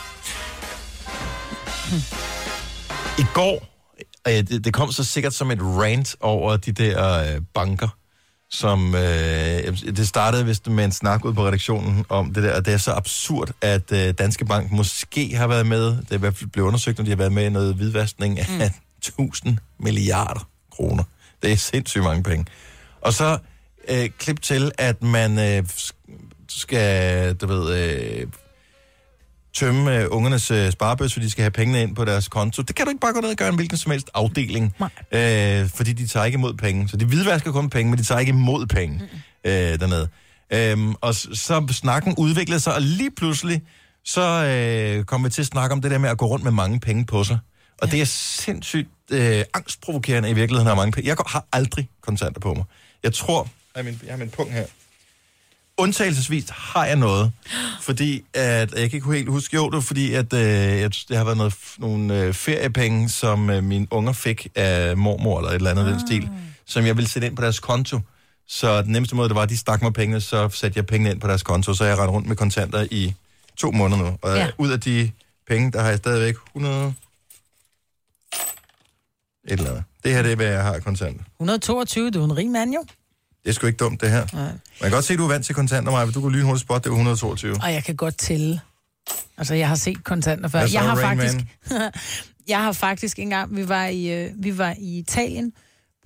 Mm. I går, øh, det, det kom så sikkert som et rant over de der øh, banker, som, øh, det startede vist med en snak ud på redaktionen om det der, og det er så absurd, at øh, Danske Bank måske har været med, det er i hvert fald blevet undersøgt, når de har været med i noget hvidvaskning af mm. tusind milliarder kroner. Det er sindssygt mange penge. Og så øh, klip til, at man øh, skal, du ved, øh, tømme øh, ungernes øh, sparebøs, fordi de skal have pengene ind på deres konto. Det kan du ikke bare gå ned og gøre en hvilken som helst afdeling, øh, fordi de tager ikke imod penge. Så de hvidvasker kun penge, men de tager ikke imod penge mm. øh, dernede. Øhm, og så, så snakken udviklede sig, og lige pludselig så øh, kom vi til at snakke om det der med at gå rundt med mange penge på sig. Og ja. Det er sindssygt øh, angstprovokerende i virkeligheden at have mange penge. Jeg har aldrig kontanter på mig. Jeg tror, jeg har min, jeg har min punkt her. Undtagelsesvis har jeg noget, fordi at, jeg kan ikke helt huske, jo, det var fordi, at øh, jeg, det har været noget, nogle øh, feriepenge, som øh, mine unger fik af mormor eller et eller andet ah. den stil, som jeg ville sætte ind på deres konto. Så den nemmeste måde, det var, at de stak mig pengene, så satte jeg pengene ind på deres konto, så jeg rendt rundt med kontanter i to måneder nu. Og ja. Ud af de penge, der har jeg stadigvæk hundrede... Et eller andet. Det her, det er, hvad jeg har i kontanter. et hundrede og toogtyve, du er en rig mand, jo. Det er sgu ikke dumt, det her. Nej. Man kan godt se, at du er vant til kontanter, Maja, men du kunne lynhurtigt spotte, det er et hundrede og toogtyve. Og jeg kan godt tælle. Altså, jeg har set kontanter før. Jeg har faktisk... jeg har faktisk engang, vi var i, øh, vi var i Italien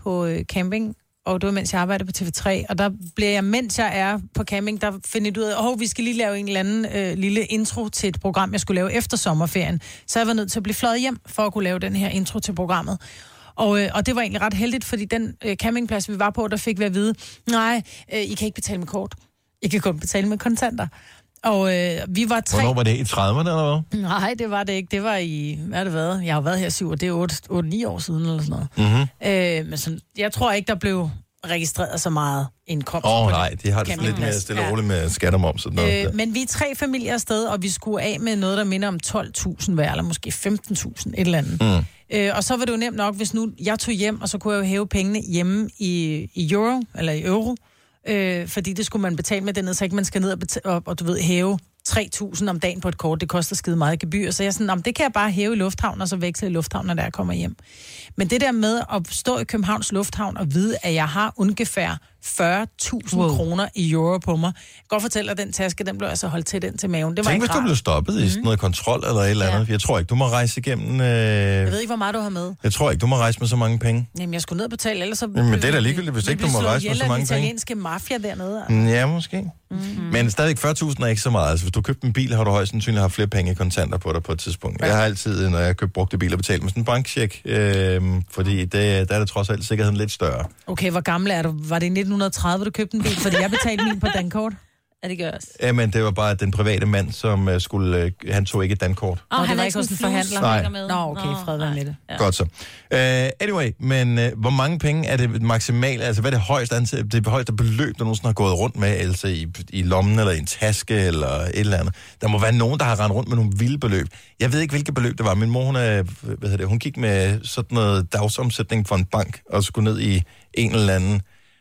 på øh, camping, og det var, mens jeg arbejdede på T V tre, og der bliver jeg, mens jeg er på camping, der finder jeg ud af, åh, vi skal lige lave en eller anden øh, lille intro til et program, jeg skulle lave efter sommerferien. Så jeg var nødt til at blive fløjet hjem, for at kunne lave den her intro til programmet. Og, øh, og det var egentlig ret heldigt, fordi den øh, campingplads, vi var på, der fik vi at vide, nej, øh, I kan ikke betale med kort. I kan kun betale med kontanter. Og øh, vi var tre... Hvornår var det? I trediverne, eller hvad? Nej, det var det ikke. Det var i... Hvad har det været? Jeg har været her syv, og det er otte ni år siden, eller sådan noget. Mm-hmm. Øh, men sådan, jeg tror ikke, der blev registreret så meget indkomst. Åh oh, nej, de har det lidt mere stille og roligt med skat og moms. Øh, men vi er tre familier afsted, og vi skulle af med noget, der minder om tolv tusind hver, eller måske femten tusind, et eller andet. Mm. Øh, og så var det jo nemt nok, hvis nu jeg tog hjem, og så kunne jeg jo hæve pengene hjemme i, i euro, eller i euro, øh, fordi det skulle man betale med dernede, så ikke man skal ned og, betale, og, og du ved, hæve tre tusind om dagen på et kort. Det koster skide meget gebyr. Så jeg er sådan, om det kan jeg bare hæve i lufthavnen, og så veksle i lufthavnen, når jeg kommer hjem. Men det der med at stå i Københavns Lufthavn og vide, at jeg har ungefær fyrre tusind wow. kroner i euro på mig. Jeg kan godt fortælle, at den taske, den blev altså holdt til den til maven. Det var Tænk, hvis du blev stoppet mm. i sådan noget kontrol eller et eller andet. Ja. Jeg tror ikke, du må rejse igennem... Øh... Jeg ved ikke, hvor meget du har med. Jeg tror ikke, du må rejse med så mange penge. Jamen, jeg skulle ned og betale, ellers så... Men det er da ligegyldigt, hvis ikke du må rejse med så mange penge. Italienske mafia dernede. Altså. Ja, måske. Mm-hmm. Men stadigvæk fyrre tusind er ikke så meget. Altså, hvis du købte en bil, har du højst sandsynligt haft flere penge i kontanter på dig på et tidspunkt. Ja. Jeg har altid, når jeg købt brugte biler, betalt med sådan en bankcheck, øh, fordi det, der er det trods alt sikkerheden lidt større. Okay, hvor gammel er du? Var det i nitten tredive, du købte en bil? Fordi jeg betalte min på dankort. Ja, det gør også. Jamen, det var bare den private mand, som uh, skulle... Uh, han tog ikke et dankort. Åh, oh, han var ikke hos en forhandler. Nej. Nå, okay, fred være med det. Ja. Godt så. Uh, anyway, men uh, hvor mange penge er det maksimalt? Altså, hvad er det højeste, antal, det højeste beløb, der nogensinde har gået rundt med? Altså i, i lommen, eller i en taske, eller et eller andet. Der må være nogen, der har rendt rundt med nogle vilde beløb. Jeg ved ikke, hvilke beløb det var. Min mor, hun, er, hvad hedder det, hun gik med sådan noget dagsomsætning for en bank, og skulle ned i en eller anden...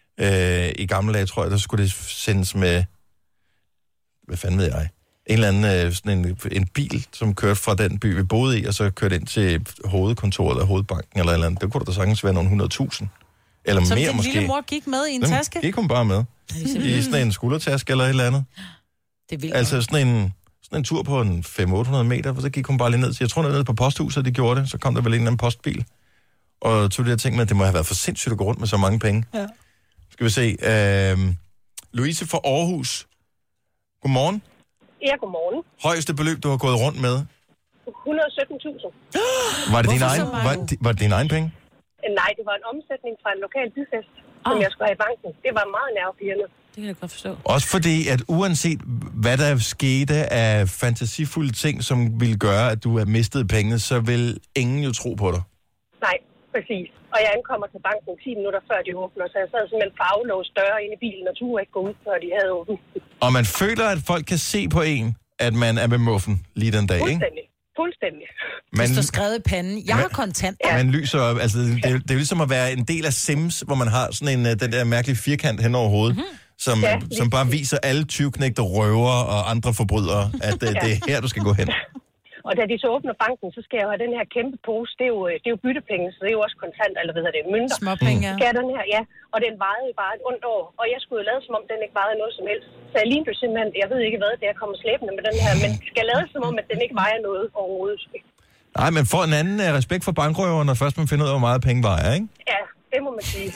Uh, I gamle dage, tror jeg, der skulle det sendes med... Hvad fanden ved jeg? En eller anden øh, sådan en, en bil, som kørte fra den by, vi boede i, og så kørte ind til hovedkontoret eller hovedbanken eller et eller andet. Det kunne der da sagtens være nogle hundredtusind. Eller som mere måske. Som din lille mor gik med i en Jamen, taske? gik hun bare med. I sådan en skuldertaske eller et eller andet. Det er vildt. Altså sådan en, sådan en tur på en fem til otte hundrede meter, så gik hun bare lige ned til, jeg tror, ned på posthuset, de gjorde det. Så kom der vel en eller anden postbil. Og tog det her ting med, at det må have været for sindssygt at gå rundt med så mange penge. Ja. Skal vi se. Øh, Louise fra Aarhus. Godmorgen. Ja, godmorgen. Højeste beløb, du har gået rundt med? et hundrede og sytten tusind. Var det din egen, var, var det din egen penge? Nej, det var en omsætning fra en lokal byfest, oh. som jeg skulle have i banken. Det var meget nervepirrende. Det kan jeg godt forstå. Også fordi, at uanset hvad der skete af fantasifulde ting, som ville gøre, at du havde mistet pengene, så vil ingen jo tro på dig. Nej, præcis. Og jeg ankommer til banken ti minutter før de åbner, så jeg sad simpelthen for aflåst døre inde i bilen, og turde ikke gå ud, før de havde åbent. Og man føler, at folk kan se på en, at man er med muffen lige den dag, ikke? Fuldstændig. Fuldstændig. Man, det står skrevet i panden. Jeg man, har kontant. Ja. Man lyser op. Altså, det, det, det er ligesom at være en del af Sims, hvor man har sådan en, den der mærkelige firkant hen over hovedet, mm-hmm. som, ja, som bare viser alle tyveknægte røver og andre forbrydere, at ja. det er her, du skal gå hen. Og da de så åbner banken, så skal jeg jo have den her kæmpe pose. Det er jo, det er jo byttepenge, så det er jo også kontant, eller hvad hedder det, mønter. Småpenge, ja. Skal den her, ja. Og den vejede jo bare et ondt år. Og jeg skulle jo lade, som om den ikke vejede noget som helst. Så jeg lignede simpelthen, jeg ved ikke hvad, det er kommet slæbende med den her, men skal lade som om, at den ikke vejer noget overhovedet. Nej, men får en anden uh, respekt for bankrøver, når først man finder ud af, hvor meget penge vejer, ikke? Ja, det må man sige.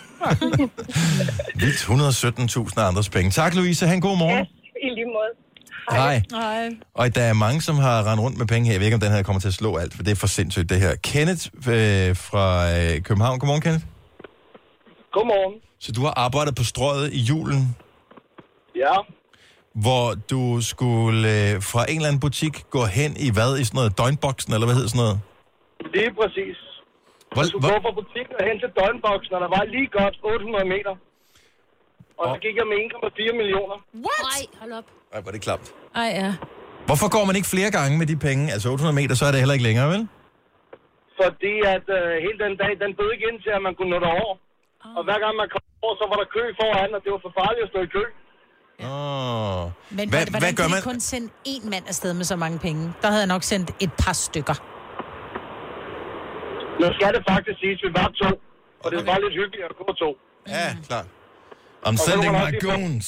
Lidt et hundrede og sytten tusind andres penge. Tak, Louise. Ha' en god morgen. Ja, i lige måde. Hej. Hej. Og der er mange, som har rendt rundt med penge her. Jeg ved ikke, om den her kommer til at slå alt, for det er for sindssygt, det her. Kenneth øh, fra øh, København. Godmorgen, Kenneth. Godmorgen. Så du har arbejdet på Strøget i julen? Ja. Hvor du skulle øh, fra en eller anden butik gå hen i hvad? I sådan noget døgnboksen, eller hvad hedder sådan noget? Det er præcis. Hvor, jeg skulle hvor... gå fra butikken og hen til døgnboksen, og der var lige godt otte hundrede meter. Og så gik jeg med en komma fire millioner. What? Nej, hold op. Ej, var det klamt. Ej, ja. Hvorfor går man ikke flere gange med de penge? Altså otte hundrede meter, så er det heller ikke længere, vel? Fordi at øh, hele den dag, den bød ikke ind til, at man kunne nå derover. Oh. Og hver gang man kom over, så var der kø foran, og det var for farligt at stå i kø. Ja. Oh. Men hvad, hvordan hvad gør man? Kun sende én mand afsted med så mange penge? Der havde jeg nok sendt et par stykker. Nu skal det faktisk siges, vi var to. Og det var lidt hyggeligt at gå to. Ja, klart. I'm sending my goons.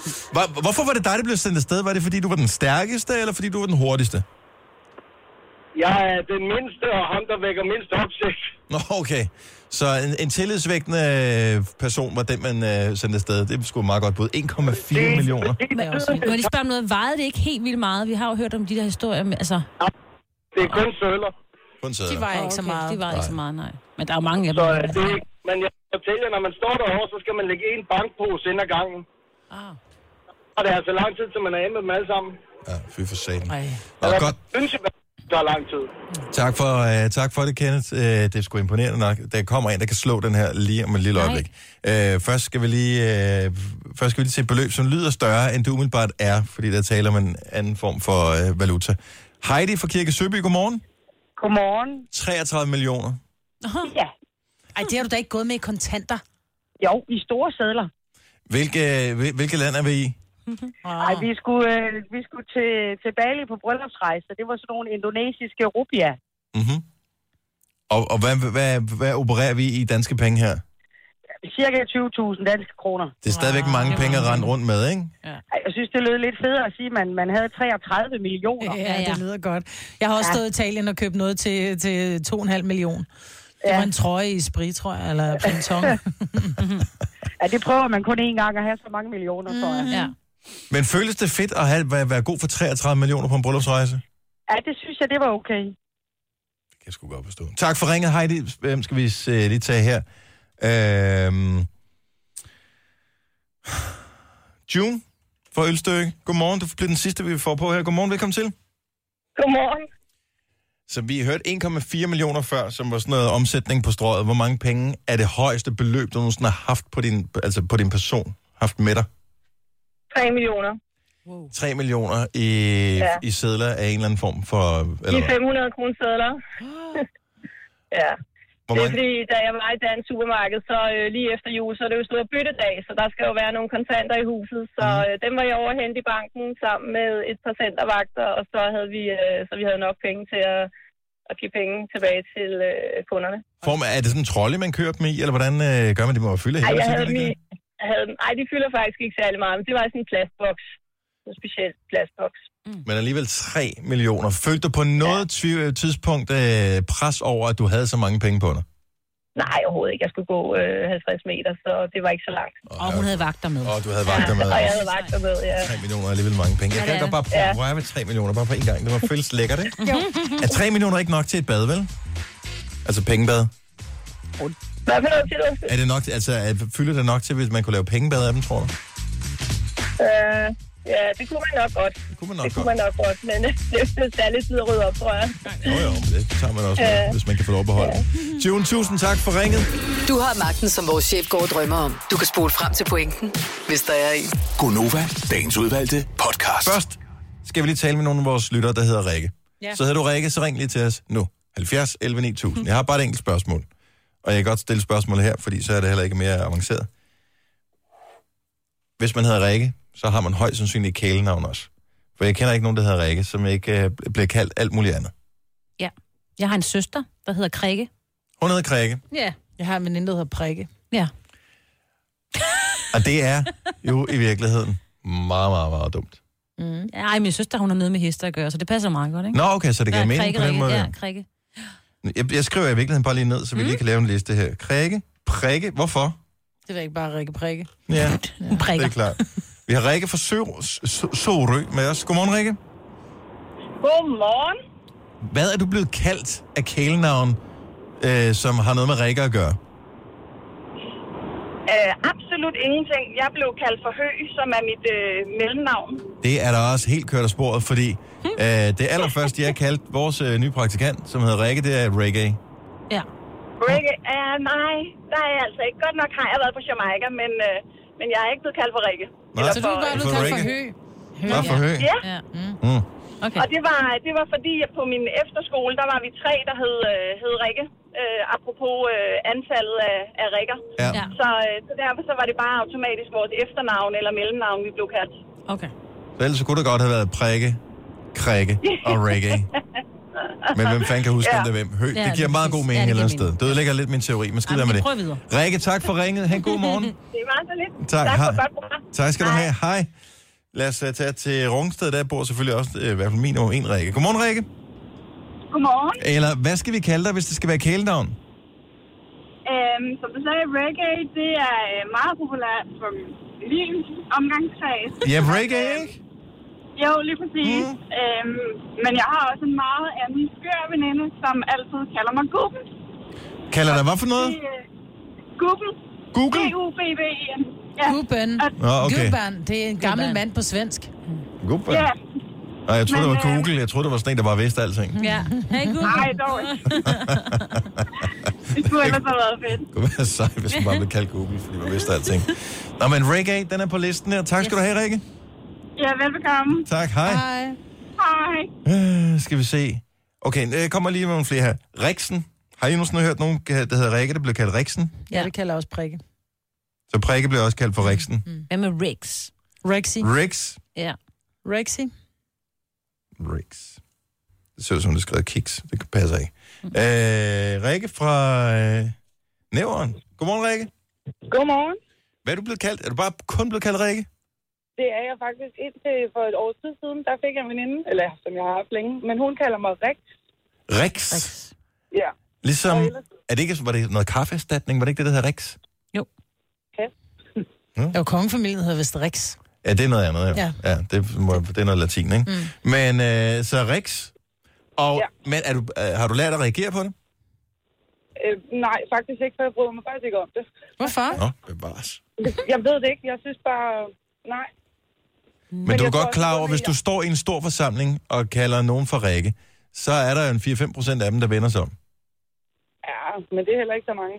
Hvorfor var det dig, der blev sendt afsted? Var det, fordi du var den stærkeste, eller fordi du var den hurtigste? Jeg er den mindste, og ham, der vækker mindst opsigt. Nå, okay. Så en, en tillidsvækkende person var den, man øh, sendte afsted. Det er sgu meget godt bud. en komma fire millioner. Nu er de spørger om noget. Vejede det ikke helt vildt meget? Vi har jo hørt om de der historier med, altså... Ja, det er kun søller. Kun søller. De vejer ikke okay, så meget. De vejer ikke så meget, nej. Men der er jo mange af dem. Så det er ikke... Men jeg fortæller, når man står derovre, så skal man lægge en bankpose ind ad gangen. Ah. Og det er altså lang tid, til man er hjemme med dem alle sammen. Ja, fy for satan. Nå, godt. Der er lang tid. Tak for, uh, tak for det, Kenneth. Uh, det er sgu imponerende nok. Der kommer en, der kan slå den her lige om et lille øjeblik. Uh, først, skal vi lige, uh, først skal vi lige se et beløb, som lyder større, end det umiddelbart er, fordi der taler om en anden form for uh, valuta. Heidi fra Kirke Søby, godmorgen. Godmorgen. treogtredive millioner. Ja. Ej, det har du da ikke gået med i kontanter. Jo, i store sedler. Hvilke, hvilke land er vi i? Nej, vi skulle, øh, vi skulle til, til Bali på bryllupsrejse. Det var sådan nogle indonesiske rupier. Mm-hmm. Og, og hvad, hvad, hvad opererer vi i danske penge her? Cirka tyve tusind danske kroner. Det er stadigvæk mange penge at rende rundt med, ikke? Ja. Jeg synes, det lød lidt federe at sige, at man, man havde treogtredive millioner. Ja, ja, det lyder godt. Jeg har også ja. stået i Italien og købt noget til, til to komma fem millioner. Det var en trøje i Sprit, tror jeg, eller Printemps. Ja, det prøver man kun én gang at have så mange millioner, tror jeg. Ja. Men føles det fedt at have, være, være god for treogtredive millioner på en bryllupsrejse? Ja, det synes jeg, det var okay. Det kan jeg sgu godt forstå. Tak for ringet, Heidi. Hvem skal vi se, lige tage her? Øhm... June fra Ølstykke. Godmorgen. Du bliver den sidste, vi får på her. Godmorgen, velkommen til. Godmorgen. Så vi hørte en komma fire millioner før, som var sådan noget omsætning på strøget. Hvor mange penge er det højeste beløb, du nogensinde har haft på din, altså på din person? Haft med dig? tre millioner. Wow. tre millioner i, ja. i sedler af en eller anden form for... Eller de fem hundrede kroner sedler. Ja. Hvor det er mange? fordi, da jeg var i dansk supermarked, så øh, lige efter jul, så er det jo stor byttedag, så der skal jo være nogle kontanter i huset. Så øh, dem var jeg overhentet i banken sammen med et par centervagter, og så havde vi, øh, så vi havde nok penge til at, at give penge tilbage til øh, kunderne. Form, er det sådan en trolle, man kører dem i, eller hvordan øh, gør man det? Må man fylde Ej, hele jeg havde tiden, dem i, jeg havde, ej, de fylder faktisk ikke særlig meget, men det var i sådan en plastboks. En speciel plastboks. Mm. Men alligevel tre millioner. Følte du på noget ja. tvivl, tidspunkt øh, pres over, at du havde så mange penge på dig? Nej, overhovedet ikke. Jeg skulle gå øh, halvtreds meter, så det var ikke så langt. Og hun havde vagter med. Og du havde vagter med. Ja, og jeg havde vagter med, ja. tre millioner er alligevel mange penge. Jeg kan godt bare prøve at røre med tre millioner, bare på en gang. Det var føles lækkert, ikke? Jo. Er tre millioner ikke nok til et bad, vel? Altså pengebad? Hvad for noget til det? Er det nok, altså, er, fylder det nok til, hvis man kunne lave pengebad af dem, tror du? Øh, ja, det kunne man nok godt. Det kunne man nok, det kunne godt. man nok godt, men det er lidt tid at rydde op, tror jeg. Jo, jo, det tager man også, med, hvis man kan få lov at beholde. Ja. June, tusind tak for ringet. Du har magten, som vores chef går og drømmer om. Du kan spole frem til pointen, hvis der er en. Gonova, dagens udvalgte podcast. Først skal vi lige tale med nogle af vores lyttere, der hedder Rikke. Ja. Så hedder du Rikke, så ring lige til os nu. halvfjerds elleve ni tusind. Jeg har bare et enkelt spørgsmål. Og jeg kan godt stille spørgsmål her, fordi så er det heller ikke mere avanceret. Hvis man hedder Rikke, så har man højst sandsynligt kælenavn også. For jeg kender ikke nogen, der hedder Rikke, som ikke øh, bliver kaldt alt muligt andet. Ja. Jeg har en søster, der hedder Krikke. Hun hedder Krikke. Ja. Jeg har en veninde, der hedder Prikke. Ja. Og det er jo i virkeligheden meget, meget, meget dumt. Mm. Ej, min søster, hun har noget med hester at gøre, så det passer meget godt, ikke? Nå, okay, så det giver ja, mening Krikke, på den Rikke, måde. Ja, Krikke. Jeg, jeg skriver i virkeligheden bare lige ned, så vi mm. lige kan lave en liste her. Krikke, Prikke, hvorfor? Det var ikke bare Rikke Prikke. Ja, ja. Det er klart. Vi har Rikke fra Sorø med os. Godmorgen, Rikke. Godmorgen. Hvad er du blevet kaldt af kælenavn, øh, som har noget med Rikke at gøre? Uh, absolut ingenting. Jeg blev kaldt for Hø, som er mit uh, mellemnavn. Det er der også helt kørt af sporet, fordi øh, det allerførste, jeg kaldte vores øh, nye praktikant, som hedder Rikke, det er Reggae. Ja. Reggae? Uh, nej, der er jeg altså ikke. Godt nok har jeg været på Jamaica, men, uh, men jeg er ikke blevet kaldt for Rikke. Nej, så du er bare blevet kaldt for Hø? Hvad for Hø? Ja. ja. Mm. Mm. Okay. Og det var, det var fordi, at på min efterskole, der var vi tre, der hed, øh, hed Rikke. Øh, apropos øh, antallet af, af Rikker. Ja. Så, øh, så derfor så var det bare automatisk vores efternavn eller mellemnavn, vi blev kaldt. Okay. Så ellers så kunne det godt have været Prikke, Krikke og Reggae. Men hvem fanden kan huske, ja. det er hvem? Hø. Det giver meget god mening ja, et eller andet sted. Det ødelægger lidt min teori, men skider med det. Rikke, tak for ringet. Ha' en god morgen. Det var så lidt. Tak, tak for ha- godt program. Tak skal du have. Hej. Lad os uh, tage til Rungsted. Der bor selvfølgelig også uh, i hvert fald minimum en Rikke. Godmorgen, Rikke. Godmorgen. Eller hvad skal vi kalde dig, hvis det skal være kælenavn? Øhm, som du sagde, reggae, det er meget populært for min omgangskreds. Ja, reggae, ikke? Jo, lige præcis. Mm. Øhm, men jeg har også en meget anden skør veninde, som altid kalder mig Gubben. Kalder dig hvad for noget? Gubben. Google? G U B B E N. Ja. Gubben. Oh, okay. Gubben. Det er en gammel mand på svensk. Gubben? Ja. Nej, jeg troede, Men, det var Google. Jeg troede, det var sådan en, der bare vidste alting. Ja. Hey, Google. Nej, dog ikke. Det skulle ellers have været fedt. Det kunne være sejt, hvis man bare blev kaldt Google, fordi man vidste alting. Nå, men reggae, den er på listen her. Tak skal yes. du have, Rikke. Ja, velbekomme. Tak, hej. Hej. Hej. Øh, skal vi se. Okay, jeg kommer lige med nogle flere her. Riksen. Har I nogensinde hørt nogen, der hedder Rikke, der bliver kaldt Riksen? Ja, det kalder også Prikke. Så Prikke bliver også kaldt for Riksen. Mm. Hvad med Rix? Rexy. Rix. Ja. Rexy. Rix. Det ser ud som, det er skrevet kiks. Det passer ikke. Mm. Øh, Rikke fra øh, Nævren. Godmorgen, Rikke. Godmorgen. Hvad er du blevet kaldt? Er du bare kun blevet kaldt Rikke? Det er jeg faktisk indtil for et års tid siden. Der fik jeg en veninde, eller som jeg har haft længe, men hun kalder mig Rex. Rex? Rex. Ja. Ligesom, er det ikke, var det noget kaffeerstatning? Var det ikke det, der hedder Rex? Jo. Ja. Ja. Jo, kongefamilien hedder vist Rex. Ja, det er noget andet, ja. Ja, ja det, må, det er noget latin, ikke? Mm. Men øh, så Rex. Og, ja. Men er du, øh, har du lært at reagere på det? Øh, nej, faktisk ikke, for jeg bryder mig faktisk ikke om det. Hvorfor? Nå, bevares. Jeg ved det ikke. Jeg synes bare, nej. Men, men du er godt klar over, hvis du står i en stor forsamling og kalder nogen for Rikke, så er der jo en fire til fem procent af dem, der vender sig om. Ja, men det er heller ikke så mange.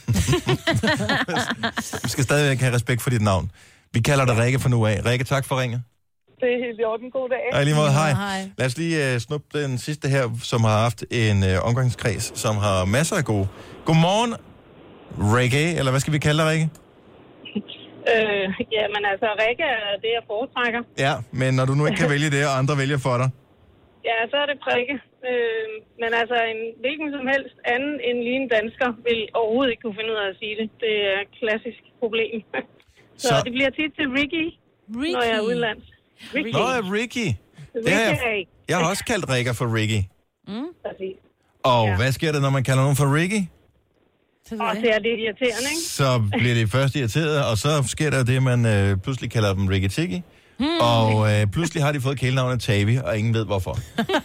Du skal stadigvæk have respekt for dit navn. Vi kalder dig Rikke for nu af. Rikke, tak for ringet. Det er helt i orden. God dag. Ja, lige måde, hej. hej. Lad os lige uh, snuppe den sidste her, som har haft en uh, omgangskreds, som har masser af gode. Godmorgen, Rikke, eller hvad skal vi kalde dig, Rikke? Øh, ja, men altså, Rikke er det, jeg foretrækker. Ja, men når du nu ikke kan vælge det, og andre vælger for dig? Ja, så er det Prikke. Øh, men altså, en hvilken som helst anden end lige en dansker vil overhovedet ikke kunne finde ud af at sige det. Det er et klassisk problem. så, så det bliver tit til Ricky, Ricky. når jeg er udenlands. Ricky. Nå, ja, Ricky. Det har jeg, jeg har også kaldt Rikke for Ricky. Mm. Og ja. Hvad sker der, når man kalder nogen for Ricky? Og det er lidt irriterende, ikke? Så bliver det først irriteret, og så sker der det, at man øh, pludselig kalder dem Ricky Tiki. Hmm. Og øh, pludselig har de fået kælenavnet Tavi, og ingen ved hvorfor.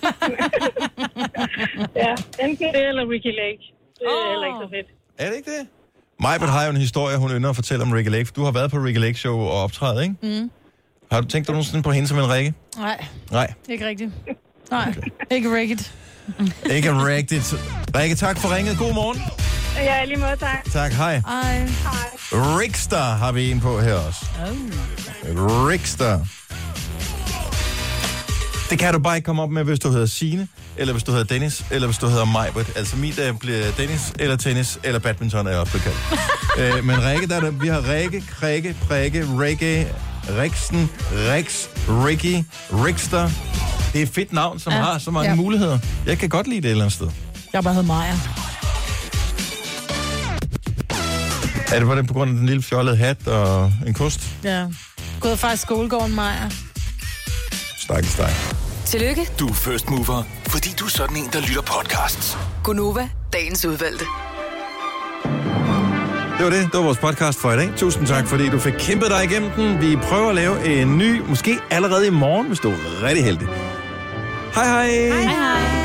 ja, enten det eller Ricky Lake. Det er oh. heller ikke så fedt. Er det ikke det? Majbert har jo en historie, hun ynder at fortælle om Ricky Lake. Du har været på Ricky Lake Show og optrædet, ikke? Mm. Har du tænkt dig nogensinde på hende som en Rikke? Nej. Nej. Ikke rigtigt. Nej, okay. Ikke rigtigt. Ikke rigtigt. Rikke, tak for ringet. God morgen. Ja, lige måde, tak. Tak, hej. Hej. Hej. Rickster har vi en på her også. Oh. Rickster. Det kan du bare ikke komme op med, hvis du hedder Signe, eller hvis du hedder Dennis, eller hvis du hedder Majbert. Altså mit der bliver Dennis, eller tennis, eller badminton er også bekaldt. øh, men Rikke, der er der, vi har Rikke, Krikke, Prikke, Rikke, Riksen, Rix, Ricky, Rickster. Det er et fedt navn, som ja. har så mange ja. muligheder. Jeg kan godt lide det et eller andet sted. Jeg bare hedder Maja. Er det på det på grund af den lille fjollede hat og en kost? Ja. Gået fra skolegården, Maja. Stak, stak. Tillykke. Du er first mover, fordi du er sådan en, der lytter podcasts. Gunova, dagens udvalgte. Det var det. Det var vores podcast for i dag. Tusind tak, fordi du fik kæmpet dig igennem den. Vi prøver at lave en ny, måske allerede i morgen, hvis du er rigtig heldig. Hej hej. Hej hej.